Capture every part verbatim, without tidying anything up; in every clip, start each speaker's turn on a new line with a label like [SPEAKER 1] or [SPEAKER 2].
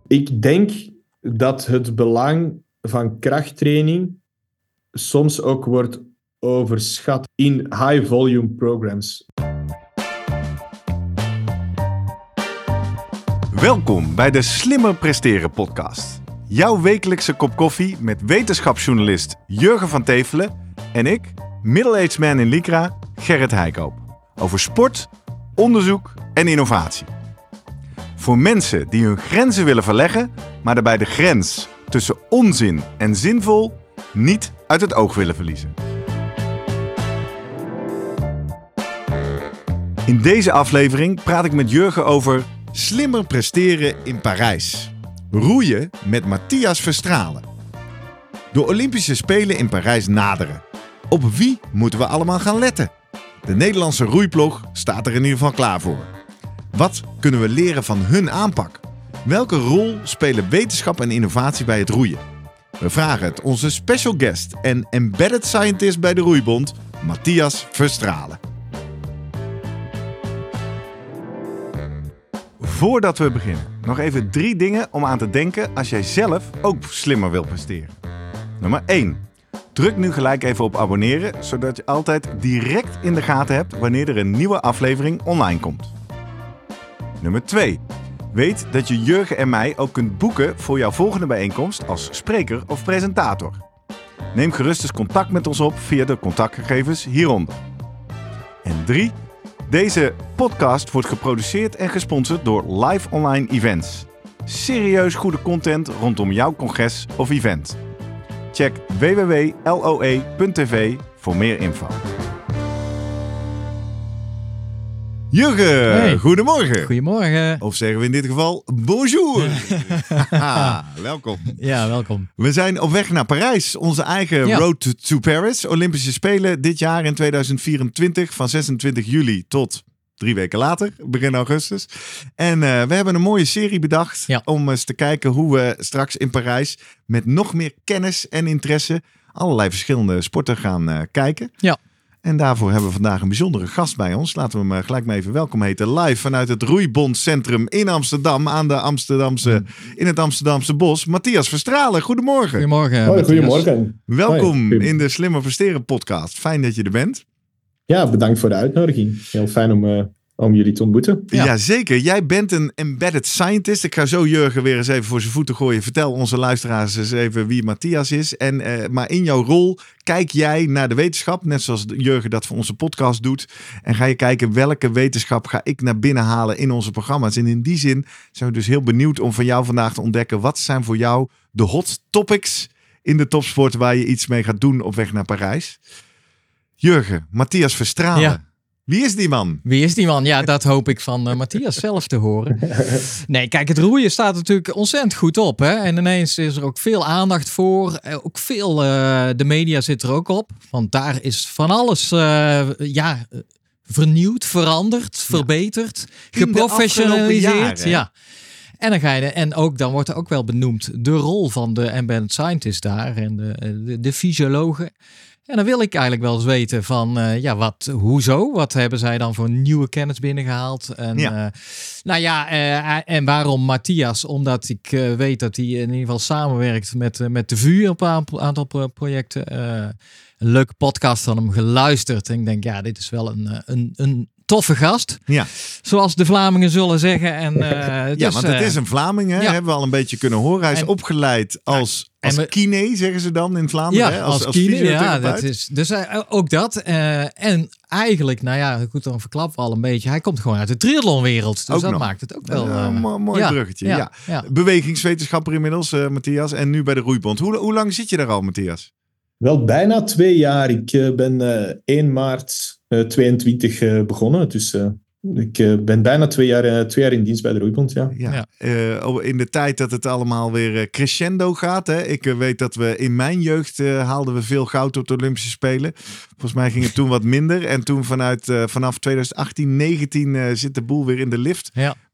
[SPEAKER 1] Ik denk dat het belang van krachttraining soms ook wordt overschat in high-volume programs.
[SPEAKER 2] Welkom bij de Slimmer Presteren podcast. Jouw wekelijkse kop koffie met wetenschapsjournalist Jurgen van Tevelen en ik, middle-aged man in Lycra, Gerrit Heikoop. Over sport, onderzoek en innovatie. Voor mensen die hun grenzen willen verleggen, maar daarbij de grens tussen onzin en zinvol niet uit het oog willen verliezen. In deze aflevering praat ik met Jurgen over slimmer presteren in Parijs. Roeien met Matthias Verstralen. De Olympische Spelen in Parijs naderen. Op wie moeten we allemaal gaan letten? De Nederlandse roeiploeg staat er in ieder geval klaar voor. Wat kunnen we leren van hun aanpak? Welke rol spelen wetenschap en innovatie bij het roeien? We vragen het onze special guest en embedded scientist bij de Roeibond, Matthias Verstralen. Voordat we beginnen, nog even drie dingen om aan te denken als jij zelf ook slimmer wilt presteren. Nummer één. Druk nu gelijk even op abonneren, zodat je altijd direct in de gaten hebt wanneer er een nieuwe aflevering online komt. Nummer twee. Weet dat je Jurgen en mij ook kunt boeken voor jouw volgende bijeenkomst als spreker of presentator. Neem gerust eens contact met ons op via de contactgegevens hieronder. En drie. Deze podcast wordt geproduceerd en gesponsord door Live Online Events. Serieus goede content rondom jouw congres of event. Check w w w punt l o e punt t v voor meer info. Jurgen, hey. Goedemorgen.
[SPEAKER 3] Goedemorgen.
[SPEAKER 2] Of zeggen we in dit geval bonjour. Welkom.
[SPEAKER 3] Ja, welkom.
[SPEAKER 2] We zijn op weg naar Parijs. Onze eigen ja. Road to, to Paris. Olympische Spelen dit jaar in tweeduizend vierentwintig van zesentwintig juli tot drie weken later, begin augustus. En uh, we hebben een mooie serie bedacht ja. om eens te kijken hoe we straks in Parijs met nog meer kennis en interesse allerlei verschillende sporten gaan uh, kijken. Ja. En daarvoor hebben we vandaag een bijzondere gast bij ons. Laten we hem gelijk maar even welkom heten. Live vanuit het Roeibondcentrum in Amsterdam. Aan de Amsterdamse, in het Amsterdamse bos. Matthias Verstralen, goedemorgen.
[SPEAKER 3] Goedemorgen.
[SPEAKER 1] Hoi, goedemorgen.
[SPEAKER 2] Welkom Hoi. in de Slimmer Presteren podcast. Fijn dat je er bent.
[SPEAKER 1] Ja, bedankt voor de uitnodiging. Heel fijn om, uh, om jullie te ontmoeten.
[SPEAKER 2] Ja. Jazeker. Jij bent een embedded scientist. Ik ga zo Jurgen weer eens even voor zijn voeten gooien. Vertel onze luisteraars eens even wie Matthias is. En, uh, maar in jouw rol kijk jij naar de wetenschap, net zoals Jurgen dat voor onze podcast doet. En ga je kijken welke wetenschap ga ik naar binnen halen in onze programma's. En in die zin zijn we dus heel benieuwd om van jou vandaag te ontdekken. Wat zijn voor jou de hot topics in de topsport waar je iets mee gaat doen op weg naar Parijs? Jurgen, Matthias Verstralen. Ja. Wie is die man?
[SPEAKER 3] Wie is die man? Ja, dat hoop ik van uh, Matthias zelf te horen. Nee, kijk, het roeien staat natuurlijk ontzettend goed op. Hè? En ineens is er ook veel aandacht voor. Ook veel, uh, de media zit er ook op. Want daar is van alles uh, ja, vernieuwd, veranderd, ja. verbeterd, in geprofessionaliseerd. Ja. En, dan ga je, en ook, dan wordt er ook wel benoemd de rol van de embedded scientist daar en de, de, de fysiologen. En dan wil ik eigenlijk wel eens weten van, uh, ja, wat, hoezo? Wat hebben zij dan voor nieuwe kennis binnengehaald? En, ja. Uh, nou ja, uh, en waarom Matthias? Omdat ik uh, weet dat hij in ieder geval samenwerkt met, uh, met de V U op een aantal pro- projecten. Uh, een leuke podcast van hem geluisterd. En ik denk, ja, dit is wel een, een, een toffe gast. Ja. Zoals de Vlamingen zullen zeggen. En, uh,
[SPEAKER 2] ja,
[SPEAKER 3] dus,
[SPEAKER 2] want het is een Vlaming, hè? Ja. Hebben we al een beetje kunnen horen. Hij is en, opgeleid als, als we, kine, zeggen ze dan in Vlaanderen.
[SPEAKER 3] Ja,
[SPEAKER 2] hè? Als,
[SPEAKER 3] als,
[SPEAKER 2] als
[SPEAKER 3] kine, ja. Dat is, dus uh, ook dat. Uh, en eigenlijk, nou ja, goed, dan verklappen we al een beetje. Hij komt gewoon uit de triathlonwereld. Dus
[SPEAKER 2] ook
[SPEAKER 3] dat
[SPEAKER 2] nog.
[SPEAKER 3] maakt het ook wel... Uh,
[SPEAKER 2] uh, mooi mooi ja, bruggetje, ja, ja. ja. Bewegingswetenschapper inmiddels, uh, Matthias. En nu bij de Roeibond. Hoe, hoe lang zit je daar al, Matthias?
[SPEAKER 1] Wel, bijna twee jaar. Ik uh, ben uh, één maart uh, tweeëntwintig uh, begonnen. Dus uh, ik uh, ben bijna twee jaar, uh, twee jaar in dienst bij de Roeibond, ja.
[SPEAKER 2] ja. ja. Uh, in de tijd dat het allemaal weer uh, crescendo gaat. Hè? Ik uh, weet dat we in mijn jeugd uh, haalden we veel goud op de Olympische Spelen. Volgens mij ging het toen wat minder. En toen vanuit, uh, vanaf twintig achttien, negentien uh, zit de boel weer in de lift. Ja.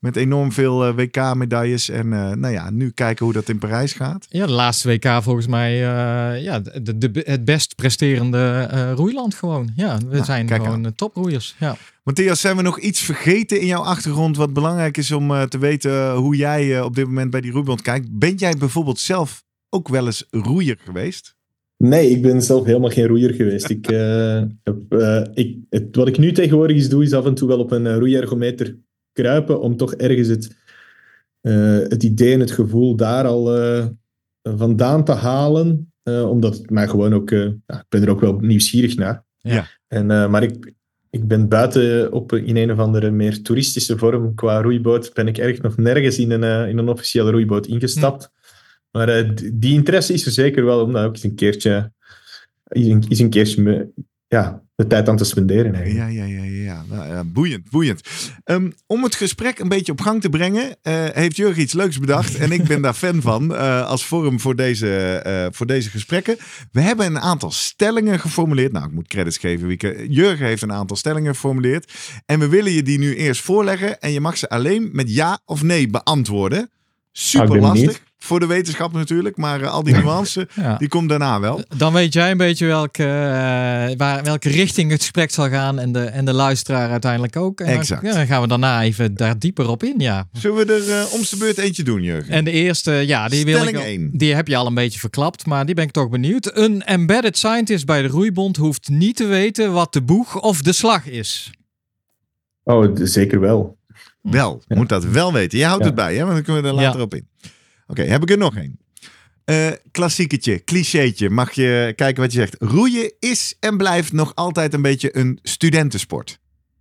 [SPEAKER 2] Met enorm veel uh, W K-medailles. En uh, nou ja, nu kijken hoe dat in Parijs gaat.
[SPEAKER 3] Ja, de laatste W K volgens mij uh, ja, de, de, het best presterende uh, roeiland gewoon. Ja, we nou, zijn gewoon aan. toproeiers. Ja.
[SPEAKER 2] Matthias, zijn we nog iets vergeten in jouw achtergrond wat belangrijk is om uh, te weten hoe jij uh, op dit moment bij die roeibond kijkt? Ben jij bijvoorbeeld zelf ook wel eens roeier geweest?
[SPEAKER 1] Nee, ik ben zelf helemaal geen roeier geweest. ik, uh, heb, uh, ik, het, wat ik nu tegenwoordig eens doe, is af en toe wel op een uh, roeiergometer kruipen om toch ergens het, uh, het idee en het gevoel daar al uh, vandaan te halen. Uh, omdat het mij gewoon ook... Uh, ja, ik ben er ook wel nieuwsgierig naar.
[SPEAKER 2] Ja.
[SPEAKER 1] En, uh, maar ik, ik ben buiten op, in een of andere meer toeristische vorm qua roeiboot, ben ik erg nog nergens in een, uh, in een officiële roeiboot ingestapt. Hm. Maar uh, die interesse is er zeker wel om daar ook eens een keertje, eens een keertje me, ja, de tijd aan te spenderen. Eigenlijk.
[SPEAKER 2] Ja, ja, ja, ja. Nou, ja. Boeiend, boeiend. Um, om het gesprek een beetje op gang te brengen, uh, heeft Jurgen iets leuks bedacht. En ik ben daar fan van uh, als forum voor deze, uh, voor deze gesprekken. We hebben een aantal stellingen geformuleerd. Nou, ik moet credits geven, Wieke. Jurgen heeft een aantal stellingen geformuleerd. En we willen je die nu eerst voorleggen. En je mag ze alleen met ja of nee beantwoorden. Super lastig. Voor de wetenschap natuurlijk, maar uh, al die nuance, ja. die komt daarna wel.
[SPEAKER 3] Dan weet jij een beetje welke, uh, waar, welke richting het gesprek zal gaan en de, en de luisteraar uiteindelijk ook. En
[SPEAKER 2] exact.
[SPEAKER 3] Dan, ja, dan gaan we daarna even daar dieper op in, ja.
[SPEAKER 2] Zullen we er uh, om de beurt eentje doen, Jurgen?
[SPEAKER 3] En de eerste, ja, die, wil ik al, die heb je al een beetje verklapt, maar die ben ik toch benieuwd. Een embedded scientist bij de Roeibond hoeft niet te weten wat de boeg of de slag is.
[SPEAKER 1] Oh, zeker wel.
[SPEAKER 2] Wel, ja. Moet dat wel weten. Je houdt ja. het bij, hè? Want dan kunnen we er later ja. op in. Oké, okay, heb ik er nog één. Uh, klassieketje, clichétje. Mag je kijken wat je zegt. Roeien is en blijft nog altijd een beetje een studentensport.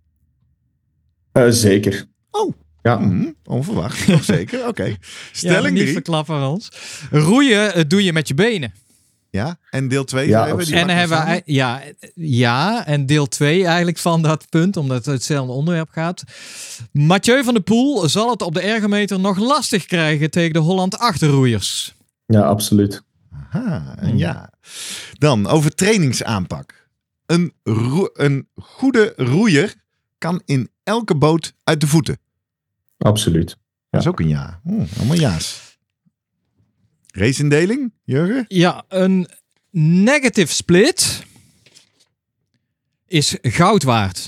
[SPEAKER 1] Uh, zeker.
[SPEAKER 2] Oh,
[SPEAKER 1] ja.
[SPEAKER 2] Mm, onverwacht. Nog zeker, oké. Okay. Stelling
[SPEAKER 3] ja, niet
[SPEAKER 2] drie.
[SPEAKER 3] verklappen van ons. Roeien uh, doe je met je benen.
[SPEAKER 2] Ja, en deel twee.
[SPEAKER 1] Ja,
[SPEAKER 2] hebben die
[SPEAKER 3] en hebben wij, ja, ja, en deel twee eigenlijk van dat punt, omdat het hetzelfde onderwerp gaat. Mathieu van der Poel zal het op de ergometer nog lastig krijgen tegen de Holland achterroeiers.
[SPEAKER 1] Ja, absoluut.
[SPEAKER 2] Aha, ja. Dan over trainingsaanpak. Een, roe- een goede roeier kan in elke boot uit de voeten.
[SPEAKER 1] Absoluut. Ja.
[SPEAKER 2] Dat is ook een ja. Oh, allemaal ja's. Raceindeling, Jurgen?
[SPEAKER 3] Ja, een negative split is goud waard.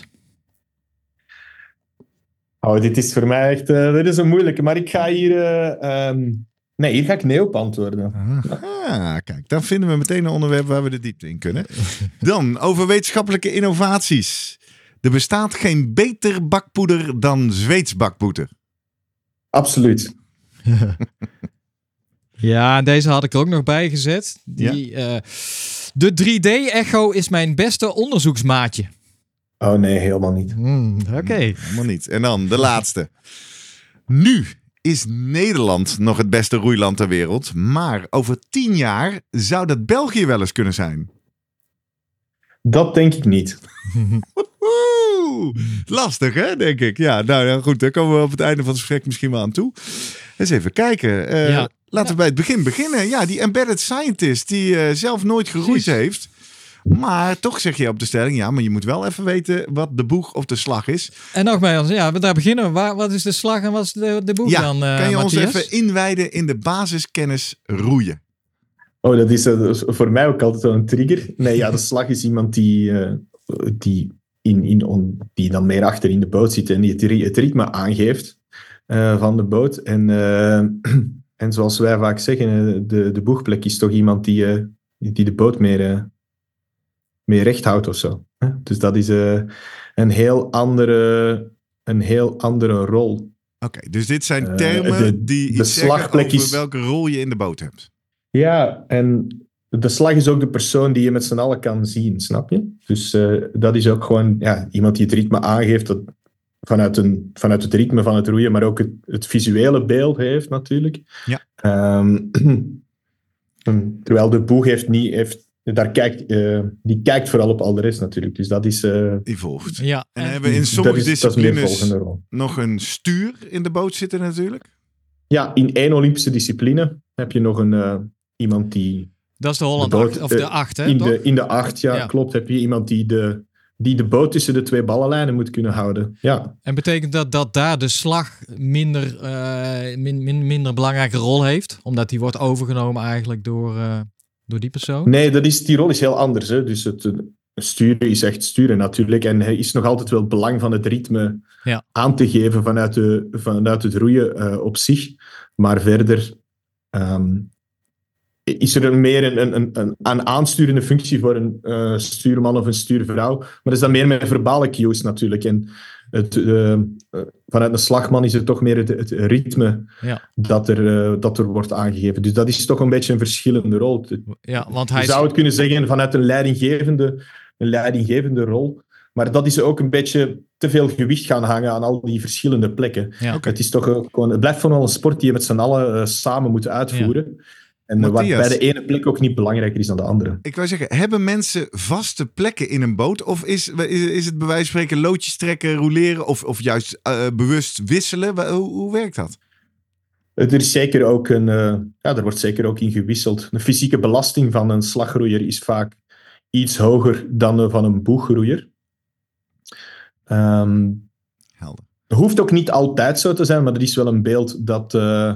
[SPEAKER 1] Oh, dit is voor mij echt uh, dit is een moeilijke. Maar ik ga hier... Uh, um, nee, hier ga ik nee op antwoorden.
[SPEAKER 2] Ah, kijk, dan vinden we meteen een onderwerp waar we de diepte in kunnen. Dan, over wetenschappelijke innovaties. Er bestaat geen beter bakpoeder dan Zweeds bakpoeder.
[SPEAKER 1] Absoluut.
[SPEAKER 3] Ja, deze had ik er ook nog bij gezet. Die, ja. uh, de drie D-echo is mijn beste onderzoeksmaatje.
[SPEAKER 1] Oh nee, helemaal niet.
[SPEAKER 3] Mm, Oké. Okay.
[SPEAKER 2] Helemaal niet. En dan de laatste. Nu is Nederland nog het beste roeiland ter wereld. Maar over tien jaar zou dat België wel eens kunnen zijn.
[SPEAKER 1] Dat denk ik niet.
[SPEAKER 2] Lastig, hè, denk ik. Ja, nou ja, goed. Daar komen we op het einde van het gesprek misschien wel aan toe. Eens even kijken. Uh, ja. Laten we bij het begin beginnen. Ja, die embedded scientist die uh, zelf nooit geroeid Precies. heeft. Maar toch zeg je op de stelling, ja, maar je moet wel even weten wat de boeg of de slag is.
[SPEAKER 3] En nogmaals, ja, we daar beginnen. Waar, wat is de slag en wat is de, de boeg
[SPEAKER 2] ja,
[SPEAKER 3] dan, uh,
[SPEAKER 2] kan je
[SPEAKER 3] Matthias?
[SPEAKER 2] ons even inwijden in de basiskennis roeien?
[SPEAKER 1] Oh, dat is, uh, dat is voor mij ook altijd zo'n trigger. Nee, ja, de slag is iemand die, uh, die, in, in on, die dan meer achter in de boot zit en die het, het ritme aangeeft uh, van de boot. En, uh, en zoals wij vaak zeggen, de, de boegplek is toch iemand die, uh, die de boot meer, uh, meer recht houdt of zo. Dus dat is uh, een, heel andere, een heel andere rol.
[SPEAKER 2] Oké, okay, dus dit zijn termen uh, de, die iets zeggen over is, welke rol je in de boot hebt.
[SPEAKER 1] Ja, en de slag is ook de persoon die je met z'n allen kan zien, snap je? Dus uh, dat is ook gewoon ja, iemand die het ritme aangeeft, dat vanuit, een, vanuit het ritme van het roeien, maar ook het, het visuele beeld heeft natuurlijk.
[SPEAKER 2] Ja.
[SPEAKER 1] Um, terwijl de boeg heeft niet... Heeft, daar kijkt, uh, die kijkt vooral op al de rest natuurlijk. Dus dat is... Uh,
[SPEAKER 2] die volgt.
[SPEAKER 3] Ja.
[SPEAKER 2] En, en hebben we in sommige
[SPEAKER 1] dat is,
[SPEAKER 2] disciplines
[SPEAKER 1] dat is
[SPEAKER 2] nog een stuur in de boot zitten natuurlijk?
[SPEAKER 1] Ja, in één Olympische discipline heb je nog een uh, iemand die...
[SPEAKER 3] Dat is de Holland acht, of de acht, hè?
[SPEAKER 1] In de, in de acht, ja,
[SPEAKER 3] ja,
[SPEAKER 1] klopt. Heb je iemand die de, die de boot tussen de twee ballenlijnen moet kunnen houden. Ja.
[SPEAKER 3] En betekent dat dat daar de slag minder, uh, min, min, minder belangrijke rol heeft? Omdat die wordt overgenomen eigenlijk door, uh, door die persoon?
[SPEAKER 1] Nee, dat is, die rol is heel anders. Hè. Dus het sturen is echt sturen natuurlijk. En hij is nog altijd wel het belang van het ritme ja. aan te geven vanuit, de, vanuit het roeien uh, op zich. Maar verder um, is er een meer een, een, een, een aansturende functie voor een uh, stuurman of een stuurvrouw. Maar dat is dan meer met verbale cues natuurlijk. En het, uh, uh, vanuit een slagman is het toch meer het, het ritme ja. dat, er, uh, dat er wordt aangegeven. Dus dat is toch een beetje een verschillende rol.
[SPEAKER 3] Ja, want hij
[SPEAKER 1] Je zou het kunnen zeggen vanuit een leidinggevende, een leidinggevende rol. Maar dat is ook een beetje te veel gewicht gaan hangen aan al die verschillende plekken. Ja, okay. Het, is toch gewoon, het blijft gewoon een sport die je met z'n allen uh, samen moet uitvoeren. Ja. En Matthias, wat bij de ene plek ook niet belangrijker is dan de andere.
[SPEAKER 2] Ik wou zeggen, hebben mensen vaste plekken in een boot? Of is, is, is het bij wijze van spreken loodjes trekken, roleren of, of juist uh, bewust wisselen? Hoe, hoe werkt dat?
[SPEAKER 1] Er is zeker ook een, uh, ja, er wordt zeker ook in gewisseld. De fysieke belasting van een slagroeier is vaak iets hoger dan uh, van een boegroeier. Um, Helder. Het hoeft ook niet altijd zo te zijn, maar dat is wel een beeld dat... Uh,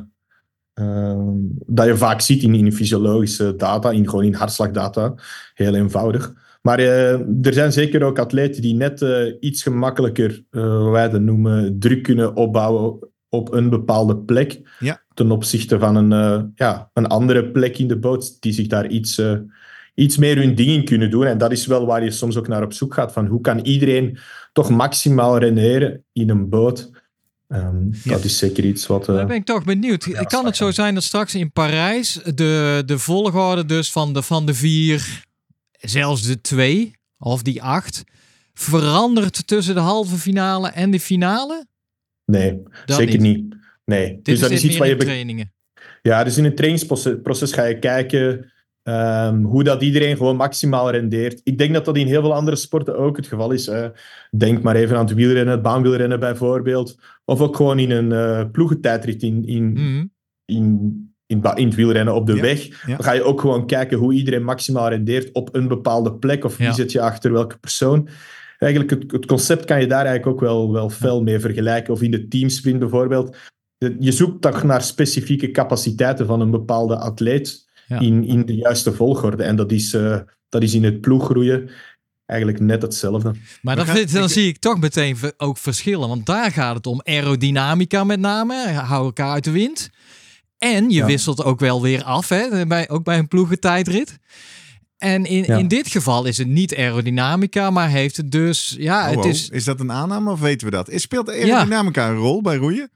[SPEAKER 1] Uh, dat je vaak ziet in, in fysiologische data, in, gewoon in hartslagdata. Heel eenvoudig. Maar uh, er zijn zeker ook atleten die net uh, iets gemakkelijker, uh, wat wij dat noemen, druk kunnen opbouwen op een bepaalde plek. Ja. Ten opzichte van een, uh, ja, een andere plek in de boot, die zich daar iets, uh, iets meer hun ding in kunnen doen. En dat is wel waar je soms ook naar op zoek gaat. Van hoe kan iedereen toch maximaal reneren in een boot? Um, ja. Dat is zeker iets wat... Uh,
[SPEAKER 3] Daar ben ik toch benieuwd. Ja, kan het zo zijn dat straks in Parijs de, de volgorde dus van de, van de vier, zelfs de twee, of die acht, verandert tussen de halve finale en de finale?
[SPEAKER 1] Nee, dat zeker niet. niet. Nee.
[SPEAKER 3] Dit dus dat is iets waar je be- trainingen.
[SPEAKER 1] Ja, dus in een trainingsproces ga je kijken um, hoe dat iedereen gewoon maximaal rendeert. Ik denk dat dat in heel veel andere sporten ook het geval is. Hè. Denk maar even aan het wielrennen, het baanwielrennen bijvoorbeeld. Of ook gewoon in een uh, ploegentijdrit in, in, mm-hmm. in, in, in het wielrennen op de ja, weg. Ja. Dan ga je ook gewoon kijken hoe iedereen maximaal rendeert op een bepaalde plek. Of wie ja. zet je achter welke persoon. Eigenlijk het, het concept kan je daar eigenlijk ook wel, wel fel mee vergelijken. Of in de teamsprint bijvoorbeeld. Je zoekt toch naar specifieke capaciteiten van een bepaalde atleet ja. in, in de juiste volgorde. En dat is, uh, dat is in het ploegroeien eigenlijk net hetzelfde.
[SPEAKER 3] Maar dan, vind, dan zie ik toch meteen ook verschillen. Want daar gaat het om aerodynamica met name. Hou elkaar uit de wind. En je ja. wisselt ook wel weer af. Hè? Bij, ook bij een ploegentijdrit. En in, ja. in dit geval is het niet aerodynamica, maar heeft het dus... Ja,
[SPEAKER 2] oh,
[SPEAKER 3] het
[SPEAKER 2] oh.
[SPEAKER 3] is...
[SPEAKER 2] is dat een aanname of weten we dat? Speelt aerodynamica ja. een rol bij roeien?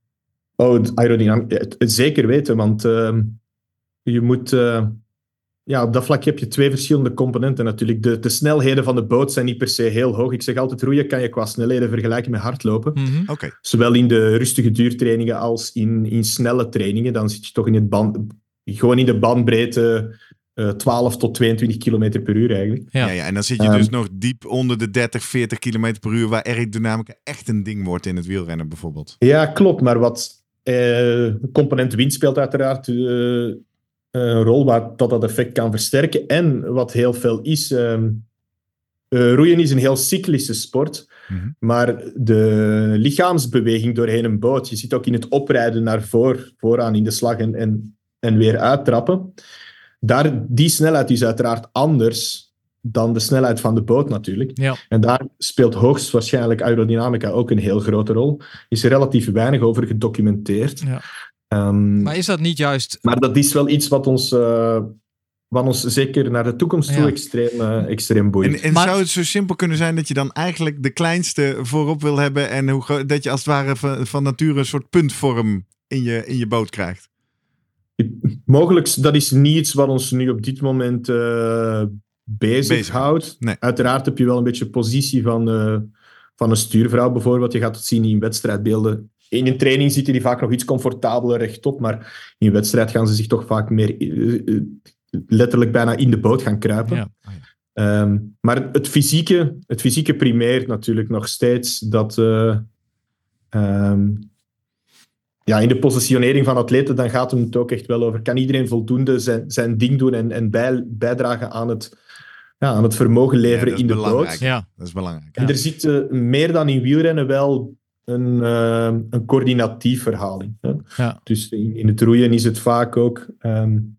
[SPEAKER 1] Oh, aerodynamica. Het, het zeker weten, want uh, je moet... Uh, ja, op dat vlak heb je twee verschillende componenten natuurlijk. De, de snelheden van de boot zijn niet per se heel hoog. Ik zeg altijd, roeien kan je qua snelheden vergelijken met hardlopen.
[SPEAKER 3] Mm-hmm.
[SPEAKER 2] Okay.
[SPEAKER 1] Zowel in de rustige duurtrainingen als in, in snelle trainingen. Dan zit je toch in het band... Gewoon in de bandbreedte... Uh, twaalf tot tweeëntwintig kilometer per uur eigenlijk.
[SPEAKER 2] Ja, ja, en dan zit je um, dus nog diep onder de dertig, veertig kilometer per uur... waar aerodynamica echt een ding wordt in het wielrennen bijvoorbeeld.
[SPEAKER 1] Ja, klopt. Maar wat uh, component wind speelt uiteraard uh, een rol... waar dat, dat effect kan versterken. En wat heel veel is... Uh, uh, roeien is een heel cyclische sport... Mm-hmm. Maar de lichaamsbeweging doorheen een boot... je ziet ook in het oprijden naar voor, vooraan in de slag en, en, en weer uittrappen... Daar, die snelheid is uiteraard anders dan de snelheid van de boot natuurlijk.
[SPEAKER 3] Ja.
[SPEAKER 1] En daar speelt hoogstwaarschijnlijk aerodynamica ook een heel grote rol. Is er relatief weinig over gedocumenteerd.
[SPEAKER 3] Ja.
[SPEAKER 1] Um,
[SPEAKER 3] maar is dat niet juist...
[SPEAKER 1] Maar dat is wel iets wat ons, uh, wat ons zeker naar de toekomst toe ja. extreem, uh, extreem boeit.
[SPEAKER 2] En, en
[SPEAKER 3] maar...
[SPEAKER 2] zou het zo simpel kunnen zijn dat je dan eigenlijk de kleinste voorop wil hebben... en hoe, dat je als het ware van, van nature een soort puntvorm in je, in je boot krijgt?
[SPEAKER 1] Mogelijk, dat is niet iets wat ons nu op dit moment uh, bezighoudt. Nee. Uiteraard heb je wel een beetje positie van, uh, van een stuurvrouw bijvoorbeeld. Je gaat het zien in wedstrijdbeelden. In een training zitten die vaak nog iets comfortabeler rechtop, maar in een wedstrijd gaan ze zich toch vaak meer uh, uh, letterlijk bijna in de boot gaan kruipen.
[SPEAKER 3] Ja. Oh ja.
[SPEAKER 1] Um, maar het fysieke, het fysieke primeert natuurlijk nog steeds dat... Uh, um, Ja, in de positionering van atleten, dan gaat het ook echt wel over... Kan iedereen voldoende zijn, zijn ding doen en, en bij, bijdragen aan het, ja, aan het vermogen leveren
[SPEAKER 2] ja,
[SPEAKER 1] in de
[SPEAKER 2] belangrijk.
[SPEAKER 1] boot.
[SPEAKER 3] Ja.
[SPEAKER 2] Dat is belangrijk.
[SPEAKER 1] En
[SPEAKER 3] Ja.
[SPEAKER 1] er zit uh, meer dan in wielrennen wel een, uh, een coördinatief verhaal in. Hè?
[SPEAKER 3] Ja.
[SPEAKER 1] Dus in, in het roeien is het vaak ook um,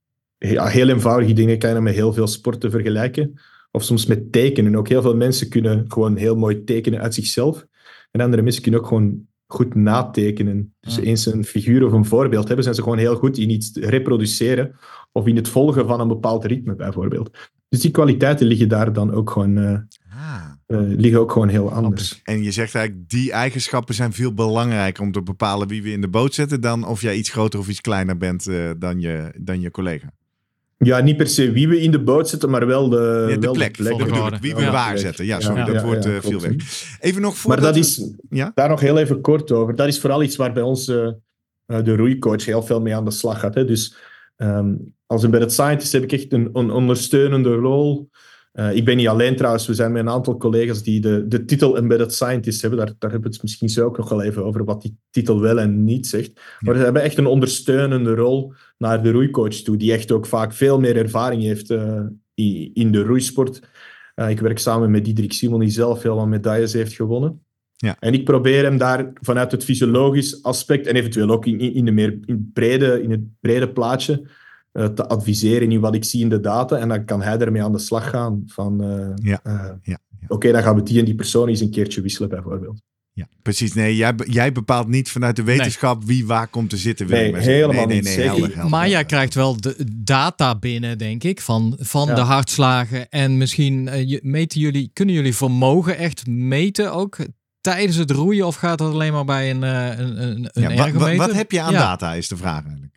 [SPEAKER 1] ja, heel eenvoudige dingen kan je met heel veel sporten vergelijken. Of soms met tekenen. Ook heel veel mensen kunnen gewoon heel mooi tekenen uit zichzelf. En andere mensen kunnen ook gewoon goed natekenen. Dus
[SPEAKER 3] Ja.
[SPEAKER 1] eens een figuur of een voorbeeld hebben, zijn ze gewoon heel goed in iets reproduceren of in het volgen van een bepaald ritme bijvoorbeeld. Dus die kwaliteiten liggen daar dan ook gewoon, uh, ah. uh, liggen ook gewoon heel anders.
[SPEAKER 2] En je zegt eigenlijk, die eigenschappen zijn veel belangrijker om te bepalen wie we in de boot zetten dan of jij iets groter of iets kleiner bent uh, dan, je, dan je collega.
[SPEAKER 1] Ja, niet per se wie we in de boot zetten, maar wel de,
[SPEAKER 2] ja, de
[SPEAKER 1] wel
[SPEAKER 2] plek.
[SPEAKER 1] De plek
[SPEAKER 2] bedoel ik, wie we ja. waar zetten. Ja, sorry, ja, dat ja, wordt uh, ja, veel weg. Even nog voor.
[SPEAKER 1] Maar dat
[SPEAKER 2] we...
[SPEAKER 1] is,
[SPEAKER 2] ja?
[SPEAKER 1] daar nog heel even kort over. Dat is vooral iets waar bij ons uh, de roeicoach heel veel mee aan de slag gaat. Hè. Dus um, als embedded scientist heb ik echt een, een ondersteunende rol. Uh, ik ben niet alleen trouwens, we zijn met een aantal collega's die de, de titel embedded scientist hebben. Daar, daar hebben we het misschien zo ook nog wel even over wat die titel wel en niet zegt. Maar ja. we hebben echt een ondersteunende rol naar de roeicoach toe, die echt ook vaak veel meer ervaring heeft uh, in, in de roeisport. Uh, ik werk samen met Diederik Simon, die zelf heel wat medailles heeft gewonnen.
[SPEAKER 2] Ja.
[SPEAKER 1] En ik probeer hem daar vanuit het fysiologisch aspect en eventueel ook in, in, de meer, in, het, brede, in het brede plaatje uh, te adviseren in wat ik zie in de data. En dan kan hij ermee aan de slag gaan van uh,
[SPEAKER 2] ja.
[SPEAKER 1] uh,
[SPEAKER 2] ja. ja.
[SPEAKER 1] oké, okay, dan gaan we die en die persoon eens een keertje wisselen bijvoorbeeld.
[SPEAKER 2] Ja, precies. Nee, jij, jij bepaalt niet vanuit de wetenschap nee. wie waar komt te zitten.
[SPEAKER 1] Nee, helemaal nee, nee, nee,
[SPEAKER 3] niet. Helder, helder. Maar jij krijgt wel de data binnen, denk ik, van, van ja. de hartslagen. En misschien uh, meten jullie, kunnen jullie vermogen echt meten ook tijdens het roeien? Of gaat dat alleen maar bij een, uh, een, een, een
[SPEAKER 2] ja,
[SPEAKER 3] ergometer?
[SPEAKER 2] Wat, wat heb je aan
[SPEAKER 3] ja.
[SPEAKER 2] data, is de vraag eigenlijk.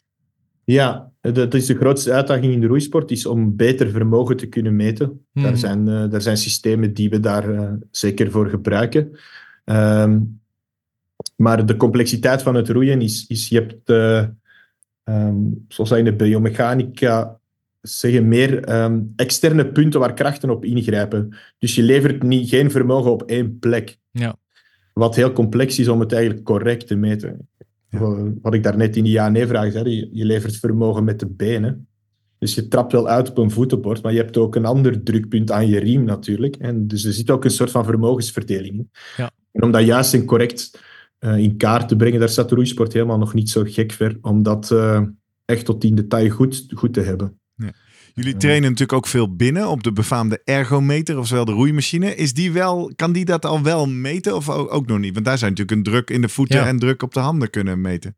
[SPEAKER 1] Ja, dat is de grootste uitdaging in de roeisport, is om beter vermogen te kunnen meten. Hmm. Daar, zijn, uh, daar zijn systemen die we daar uh, zeker voor gebruiken. Um, maar de complexiteit van het roeien is, is je hebt, uh, um, zoals we in de biomechanica zeggen, meer um, externe punten waar krachten op ingrijpen. Dus je levert niet, geen vermogen op één plek.
[SPEAKER 3] Ja.
[SPEAKER 1] Wat heel complex is om het eigenlijk correct te meten. Ja. Wat ik daarnet in die ja-nee-vraag zei, je, je levert vermogen met de benen. Dus je trapt wel uit op een voetenbord, maar je hebt ook een ander drukpunt aan je riem natuurlijk. En dus er zit ook een soort van vermogensverdeling in.
[SPEAKER 3] Ja.
[SPEAKER 1] En om dat juist en correct uh, in kaart te brengen, daar staat de roeisport helemaal nog niet zo gek ver, om dat uh, echt tot in detail goed, goed te hebben.
[SPEAKER 2] Ja. Jullie trainen natuurlijk ook veel binnen op de befaamde ergometer, ofwel de roeimachine. Is die wel, kan die dat al wel meten of ook nog niet? Want daar zijn natuurlijk een druk in de voeten ja. en druk op de handen kunnen meten.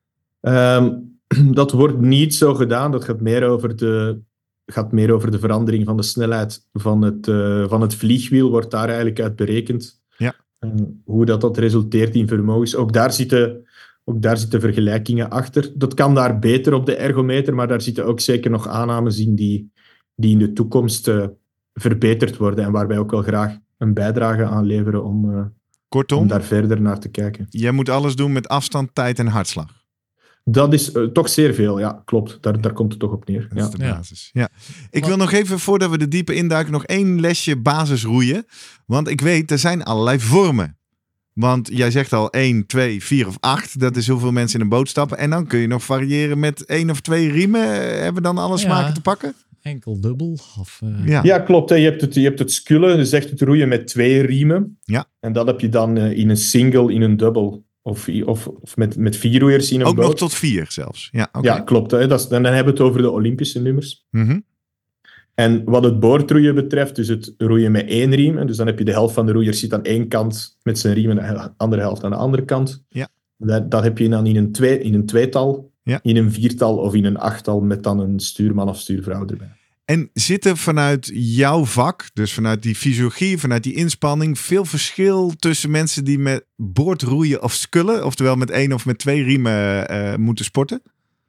[SPEAKER 1] Um, dat wordt niet zo gedaan. Dat gaat meer over de, gaat meer over de verandering van de snelheid van het, uh, van het vliegwiel, wordt daar eigenlijk uit berekend.
[SPEAKER 2] Ja.
[SPEAKER 1] Uh, hoe dat, dat resulteert in vermogens. Ook daar zitten... Ook daar zitten vergelijkingen achter. Dat kan daar beter op de ergometer, maar daar zitten ook zeker nog aannames in die, die in de toekomst uh, verbeterd worden en waar wij ook wel graag een bijdrage aan leveren om, uh,
[SPEAKER 2] Kortom,
[SPEAKER 1] om daar verder naar te kijken.
[SPEAKER 2] Jij moet alles doen met afstand, tijd en hartslag.
[SPEAKER 1] Dat is uh, toch zeer veel, ja, klopt. Daar, daar komt het toch op neer.
[SPEAKER 2] Dat
[SPEAKER 1] ja.
[SPEAKER 2] is de basis. Ja. Ik wil nog even, voordat we er dieper induiken, nog één lesje basis roeien. Want ik weet, er zijn allerlei vormen. Want jij zegt al één, twee, vier of acht. Dat is hoeveel mensen in een boot stappen. En dan kun je nog variëren met één of twee riemen. Hebben we dan alle smaken ja, te pakken?
[SPEAKER 3] Enkel, dubbel. Of, uh...
[SPEAKER 1] ja. ja, klopt. Hè. Je hebt het, je hebt het skullen, dus echt het roeien met twee riemen.
[SPEAKER 2] Ja.
[SPEAKER 1] En dat heb je dan uh, in een single, in een dubbel. Of, of, of met, met vier roeiers in een
[SPEAKER 2] Ook
[SPEAKER 1] boot.
[SPEAKER 2] Ook nog tot vier zelfs. Ja, okay.
[SPEAKER 1] ja klopt. Hè. Dat is, dan hebben we het over de Olympische nummers.
[SPEAKER 2] Mm-hmm.
[SPEAKER 1] En wat het boordroeien betreft, dus het roeien met één riem, en dus dan heb je de helft van de roeiers zit aan één kant met zijn riem en de andere helft aan de andere kant.
[SPEAKER 2] Ja.
[SPEAKER 1] Dat, dat heb je dan in een, twee, in een tweetal,
[SPEAKER 2] ja.
[SPEAKER 1] in een viertal of in een achttal met dan een stuurman of stuurvrouw erbij.
[SPEAKER 2] En zit er vanuit jouw vak, dus vanuit die fysiologie, vanuit die inspanning, veel verschil tussen mensen die met boordroeien of skullen, oftewel met één of met twee riemen uh, moeten sporten?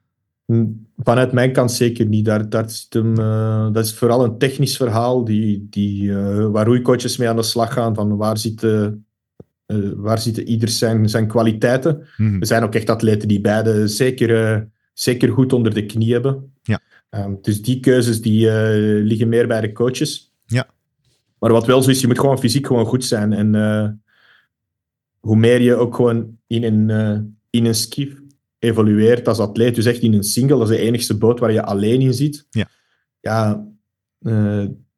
[SPEAKER 1] Vanuit mijn kant zeker niet. Daar, daar zit hem, uh, dat is vooral een technisch verhaal die, die, uh, waar roeicoaches mee aan de slag gaan. Van waar zitten, uh, waar zitten ieder zijn, zijn kwaliteiten.
[SPEAKER 2] Mm-hmm.
[SPEAKER 1] Er zijn ook echt atleten die beide zeker, uh, zeker goed onder de knie hebben.
[SPEAKER 2] Ja.
[SPEAKER 1] Um, dus die keuzes die, uh, liggen meer bij de coaches.
[SPEAKER 2] Ja.
[SPEAKER 1] Maar wat wel zo is, je moet gewoon fysiek gewoon goed zijn. En uh, hoe meer je ook gewoon in een, uh, in een skief evolueert als atleet, dus echt in een single, dat is de enigste boot waar je alleen in zit.
[SPEAKER 2] Ja.
[SPEAKER 1] Ja, uh,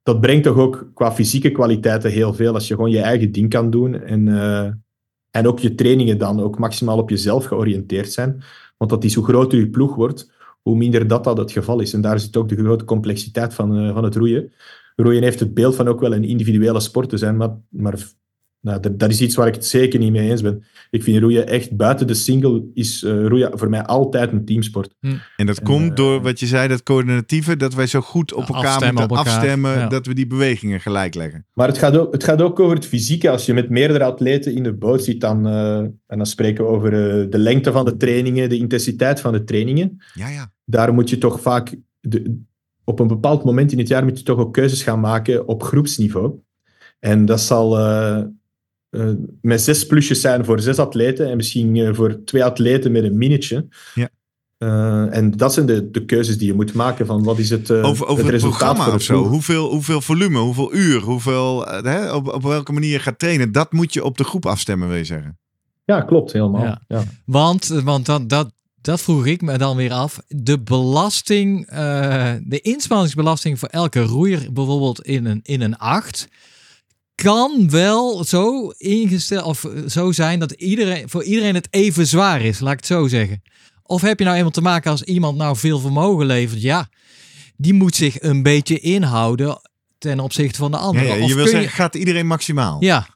[SPEAKER 1] dat brengt toch ook qua fysieke kwaliteiten heel veel. Als je gewoon je eigen ding kan doen en, uh, en ook je trainingen dan ook maximaal op jezelf georiënteerd zijn. Want dat is hoe groter je ploeg wordt, hoe minder dat dat het geval is. En daar zit ook de grote complexiteit van, uh, van het roeien. Roeien heeft het beeld van ook wel een individuele sport te zijn, maar, maar nou, dat, dat is iets waar ik het zeker niet mee eens ben. Ik vind roeien echt buiten de single is uh, roeien voor mij altijd een teamsport.
[SPEAKER 2] Hm. En dat en, komt uh, door wat je zei, dat coördinatieve, dat wij zo goed op elkaar
[SPEAKER 3] afstemmen
[SPEAKER 2] moeten
[SPEAKER 3] op elkaar.
[SPEAKER 2] afstemmen,
[SPEAKER 3] Ja.
[SPEAKER 2] dat we die bewegingen gelijk leggen.
[SPEAKER 1] Maar het gaat ook, het gaat ook over het fysieke. Als je met meerdere atleten in de boot zit, dan, uh, en dan spreken we over uh, de lengte van de trainingen, de intensiteit van de trainingen.
[SPEAKER 2] Ja, ja.
[SPEAKER 1] Daar moet je toch vaak, de, op een bepaald moment in het jaar moet je toch ook keuzes gaan maken op groepsniveau. En dat zal uh, uh, met zes plusjes zijn voor zes atleten en misschien uh, voor twee atleten met een minnetje.
[SPEAKER 2] Ja.
[SPEAKER 1] Uh, en dat zijn de, de keuzes die je moet maken van wat is het, uh,
[SPEAKER 2] over, over
[SPEAKER 1] het resultaat
[SPEAKER 2] programma
[SPEAKER 1] voor
[SPEAKER 2] of
[SPEAKER 1] de
[SPEAKER 2] zo.
[SPEAKER 1] ploeg.
[SPEAKER 2] Hoeveel, hoeveel volume, hoeveel uur, hoeveel, uh, hè, op, op welke manier je gaat trainen. Dat moet je op de groep afstemmen, wil je zeggen.
[SPEAKER 1] Ja, klopt, helemaal.
[SPEAKER 3] Ja.
[SPEAKER 1] Ja.
[SPEAKER 3] Want, want dat, dat, dat vroeg ik me dan weer af. De belasting, uh, de inspanningsbelasting voor elke roeier, bijvoorbeeld in een, in een acht, kan wel zo ingesteld of zo zijn dat iedereen, voor iedereen het even zwaar is, laat ik het zo zeggen. Of heb je nou eenmaal te maken als iemand nou veel vermogen levert, ja, die moet zich een beetje inhouden ten opzichte van de anderen.
[SPEAKER 2] Ja, ja, je
[SPEAKER 3] of
[SPEAKER 2] wil
[SPEAKER 3] kun
[SPEAKER 2] zeggen, gaat iedereen maximaal?
[SPEAKER 3] Ja.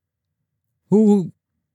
[SPEAKER 3] Hoe...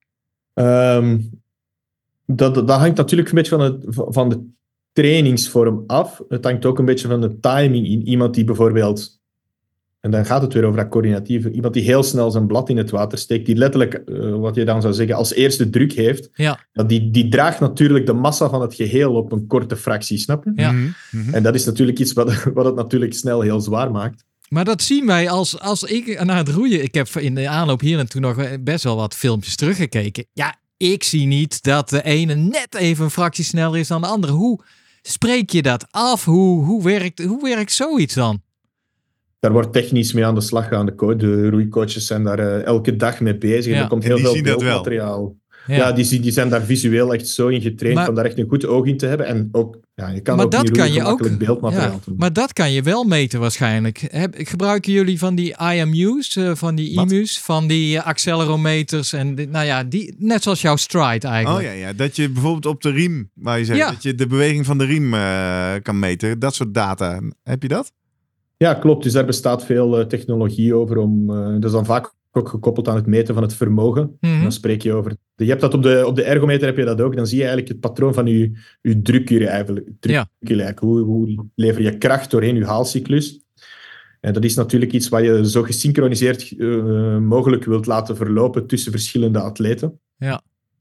[SPEAKER 1] Um, dat, dat hangt natuurlijk een beetje van, het, van de trainingsvorm af. Het hangt ook een beetje van de timing in. Iemand die bijvoorbeeld, en dan gaat het weer over dat coördinatieve, iemand die heel snel zijn blad in het water steekt, die letterlijk, uh, wat je dan zou zeggen, als eerste druk heeft,
[SPEAKER 3] ja.
[SPEAKER 1] die, die draagt natuurlijk de massa van het geheel op een korte fractie, snap je?
[SPEAKER 3] Ja.
[SPEAKER 1] Mm-hmm. En dat is natuurlijk iets wat, wat het natuurlijk snel heel zwaar maakt.
[SPEAKER 3] Maar dat zien wij als, als ik naar het roeien... Ik heb in de aanloop hier en toen nog best wel wat filmpjes teruggekeken. Ja, ik zie niet dat de ene net even een fractie sneller is dan de andere. Hoe spreek je dat af? Hoe, hoe, werkt, hoe werkt zoiets dan?
[SPEAKER 1] Daar wordt technisch mee aan de slag gegaan. De, co- de roeicoaches zijn daar uh, elke dag mee bezig. Ja. En er komt heel veel beeldmateriaal. Ja, ja die, die zijn daar visueel echt zo in getraind maar, om daar echt een goed oog in te hebben. En ook, ja, je kan
[SPEAKER 3] maar
[SPEAKER 1] ook
[SPEAKER 3] dat
[SPEAKER 1] niet
[SPEAKER 3] kan je
[SPEAKER 1] gemakkelijk
[SPEAKER 3] ook,
[SPEAKER 1] beeldmateriaal
[SPEAKER 3] ja,
[SPEAKER 1] doen.
[SPEAKER 3] Maar dat kan je wel meten waarschijnlijk. Heb, gebruiken jullie van die I M U's, uh, van die I M U's, van die uh, accelerometers en die, nou ja, die, net zoals jouw stride eigenlijk.
[SPEAKER 2] Oh ja, ja, dat je bijvoorbeeld op de riem, waar je zegt, ja. dat je de beweging van de riem uh, kan meten. Dat soort data. Heb je dat?
[SPEAKER 1] Ja, klopt. Dus daar bestaat veel uh, technologie over. Om, uh, dat is dan vaak ook gekoppeld aan het meten van het vermogen. Mm-hmm. Dan spreek je over... Je hebt dat op de, op de ergometer, heb je dat ook. Dan zie je eigenlijk het patroon van je, je drukuren eigenlijk. Drukuren, ja. hoe, hoe lever je kracht doorheen je haalcyclus. En dat is natuurlijk iets wat je zo gesynchroniseerd uh, mogelijk wilt laten verlopen tussen verschillende atleten.
[SPEAKER 3] Ja.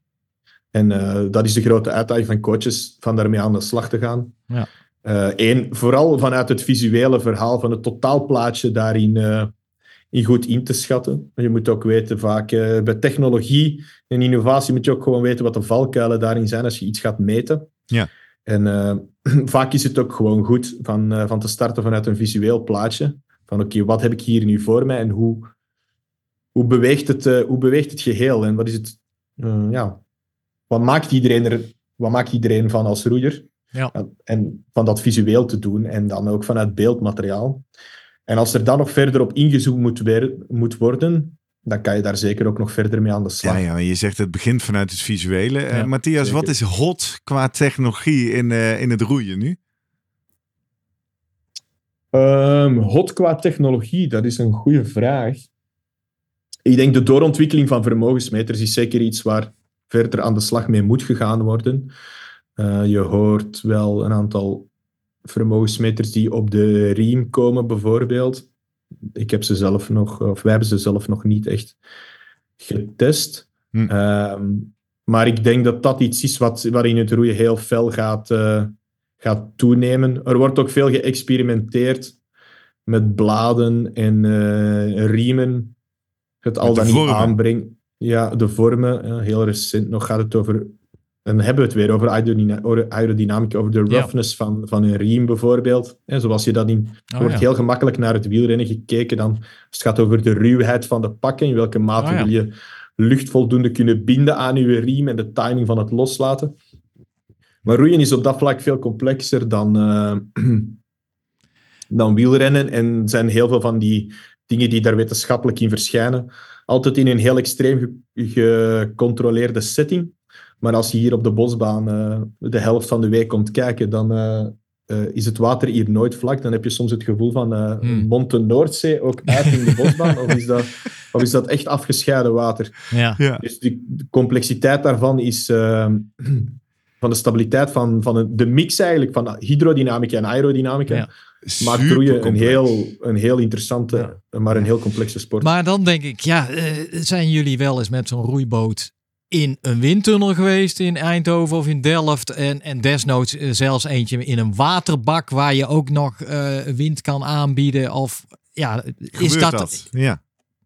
[SPEAKER 1] En uh, dat is de grote uitdaging van coaches, van daarmee aan de slag te gaan.
[SPEAKER 3] Ja.
[SPEAKER 1] Eén, uh, vooral vanuit het visuele verhaal van het totaalplaatje daarin uh, in goed in te schatten. Je moet ook weten, vaak uh, bij technologie en innovatie moet je ook gewoon weten wat de valkuilen daarin zijn als je iets gaat meten.
[SPEAKER 2] Ja.
[SPEAKER 1] En uh, vaak is het ook gewoon goed van, uh, van te starten vanuit een visueel plaatje. Van oké, okay, wat heb ik hier nu voor mij en hoe, hoe, beweegt, het, uh, hoe beweegt het geheel? En wat is het... Uh, ja, wat maakt iedereen er... Wat maakt iedereen van als roeier?
[SPEAKER 3] Ja.
[SPEAKER 1] En van dat visueel te doen en dan ook vanuit beeldmateriaal. En als er dan nog verder op ingezoomd moet, weer, moet worden, dan kan je daar zeker ook nog verder mee aan de slag.
[SPEAKER 2] Ja, ja, je zegt het begint vanuit het visuele. Ja, uh, Matthias, zeker. Wat is hot qua technologie in, uh, in het roeien nu?
[SPEAKER 1] Um, hot qua technologie, dat is een goede vraag. Ik denk de doorontwikkeling van vermogensmeters is zeker iets waar verder aan de slag mee moet gegaan worden. Uh, je hoort wel een aantal vermogensmeters die op de riem komen, bijvoorbeeld. Ik heb ze zelf nog, of wij hebben ze zelf nog niet echt getest. Hm. Uh, maar ik denk dat dat iets is wat, waarin het roeien heel fel gaat, uh, gaat toenemen. Er wordt ook veel geëxperimenteerd met bladen en uh, riemen. Het al dan niet aanbrengen. Ja, de vormen. Uh, heel recent nog gaat het over... Dan hebben we het weer over aerodynamica, over de roughness ja. van, van een riem bijvoorbeeld. En zoals je dat in... Er oh, wordt ja. heel gemakkelijk naar het wielrennen gekeken. Dan, als het gaat over de ruwheid van de pakken. In welke mate oh, ja. wil je lucht voldoende kunnen binden aan je riem en de timing van het loslaten. Maar roeien is op dat vlak veel complexer dan, uh, dan wielrennen. En er zijn heel veel van die dingen die daar wetenschappelijk in verschijnen. Altijd in een heel extreem ge- gecontroleerde setting. Maar als je hier op de bosbaan uh, de helft van de week komt kijken, dan uh, uh, is het water hier nooit vlak. Dan heb je soms het gevoel van uh,
[SPEAKER 3] Hmm.
[SPEAKER 1] mondt de Noordzee ook uit in de bosbaan. of, is dat, of is dat echt afgescheiden water?
[SPEAKER 3] Ja.
[SPEAKER 2] Ja.
[SPEAKER 1] Dus die, de complexiteit daarvan is... Uh, van de stabiliteit van, van de mix eigenlijk van hydrodynamica en aerodynamica.
[SPEAKER 3] Ja.
[SPEAKER 1] Maakt roeien een
[SPEAKER 2] Supercomplex.
[SPEAKER 1] heel, een heel interessante, maar een heel complexe sport.
[SPEAKER 3] Maar dan denk ik, ja, uh, zijn jullie wel eens met zo'n roeiboot in een windtunnel geweest in Eindhoven of in Delft en, en desnoods uh, zelfs eentje in een waterbak waar je ook nog uh, wind kan aanbieden? Of ja, is
[SPEAKER 2] Gebeurt
[SPEAKER 3] dat...
[SPEAKER 2] dat? Ja.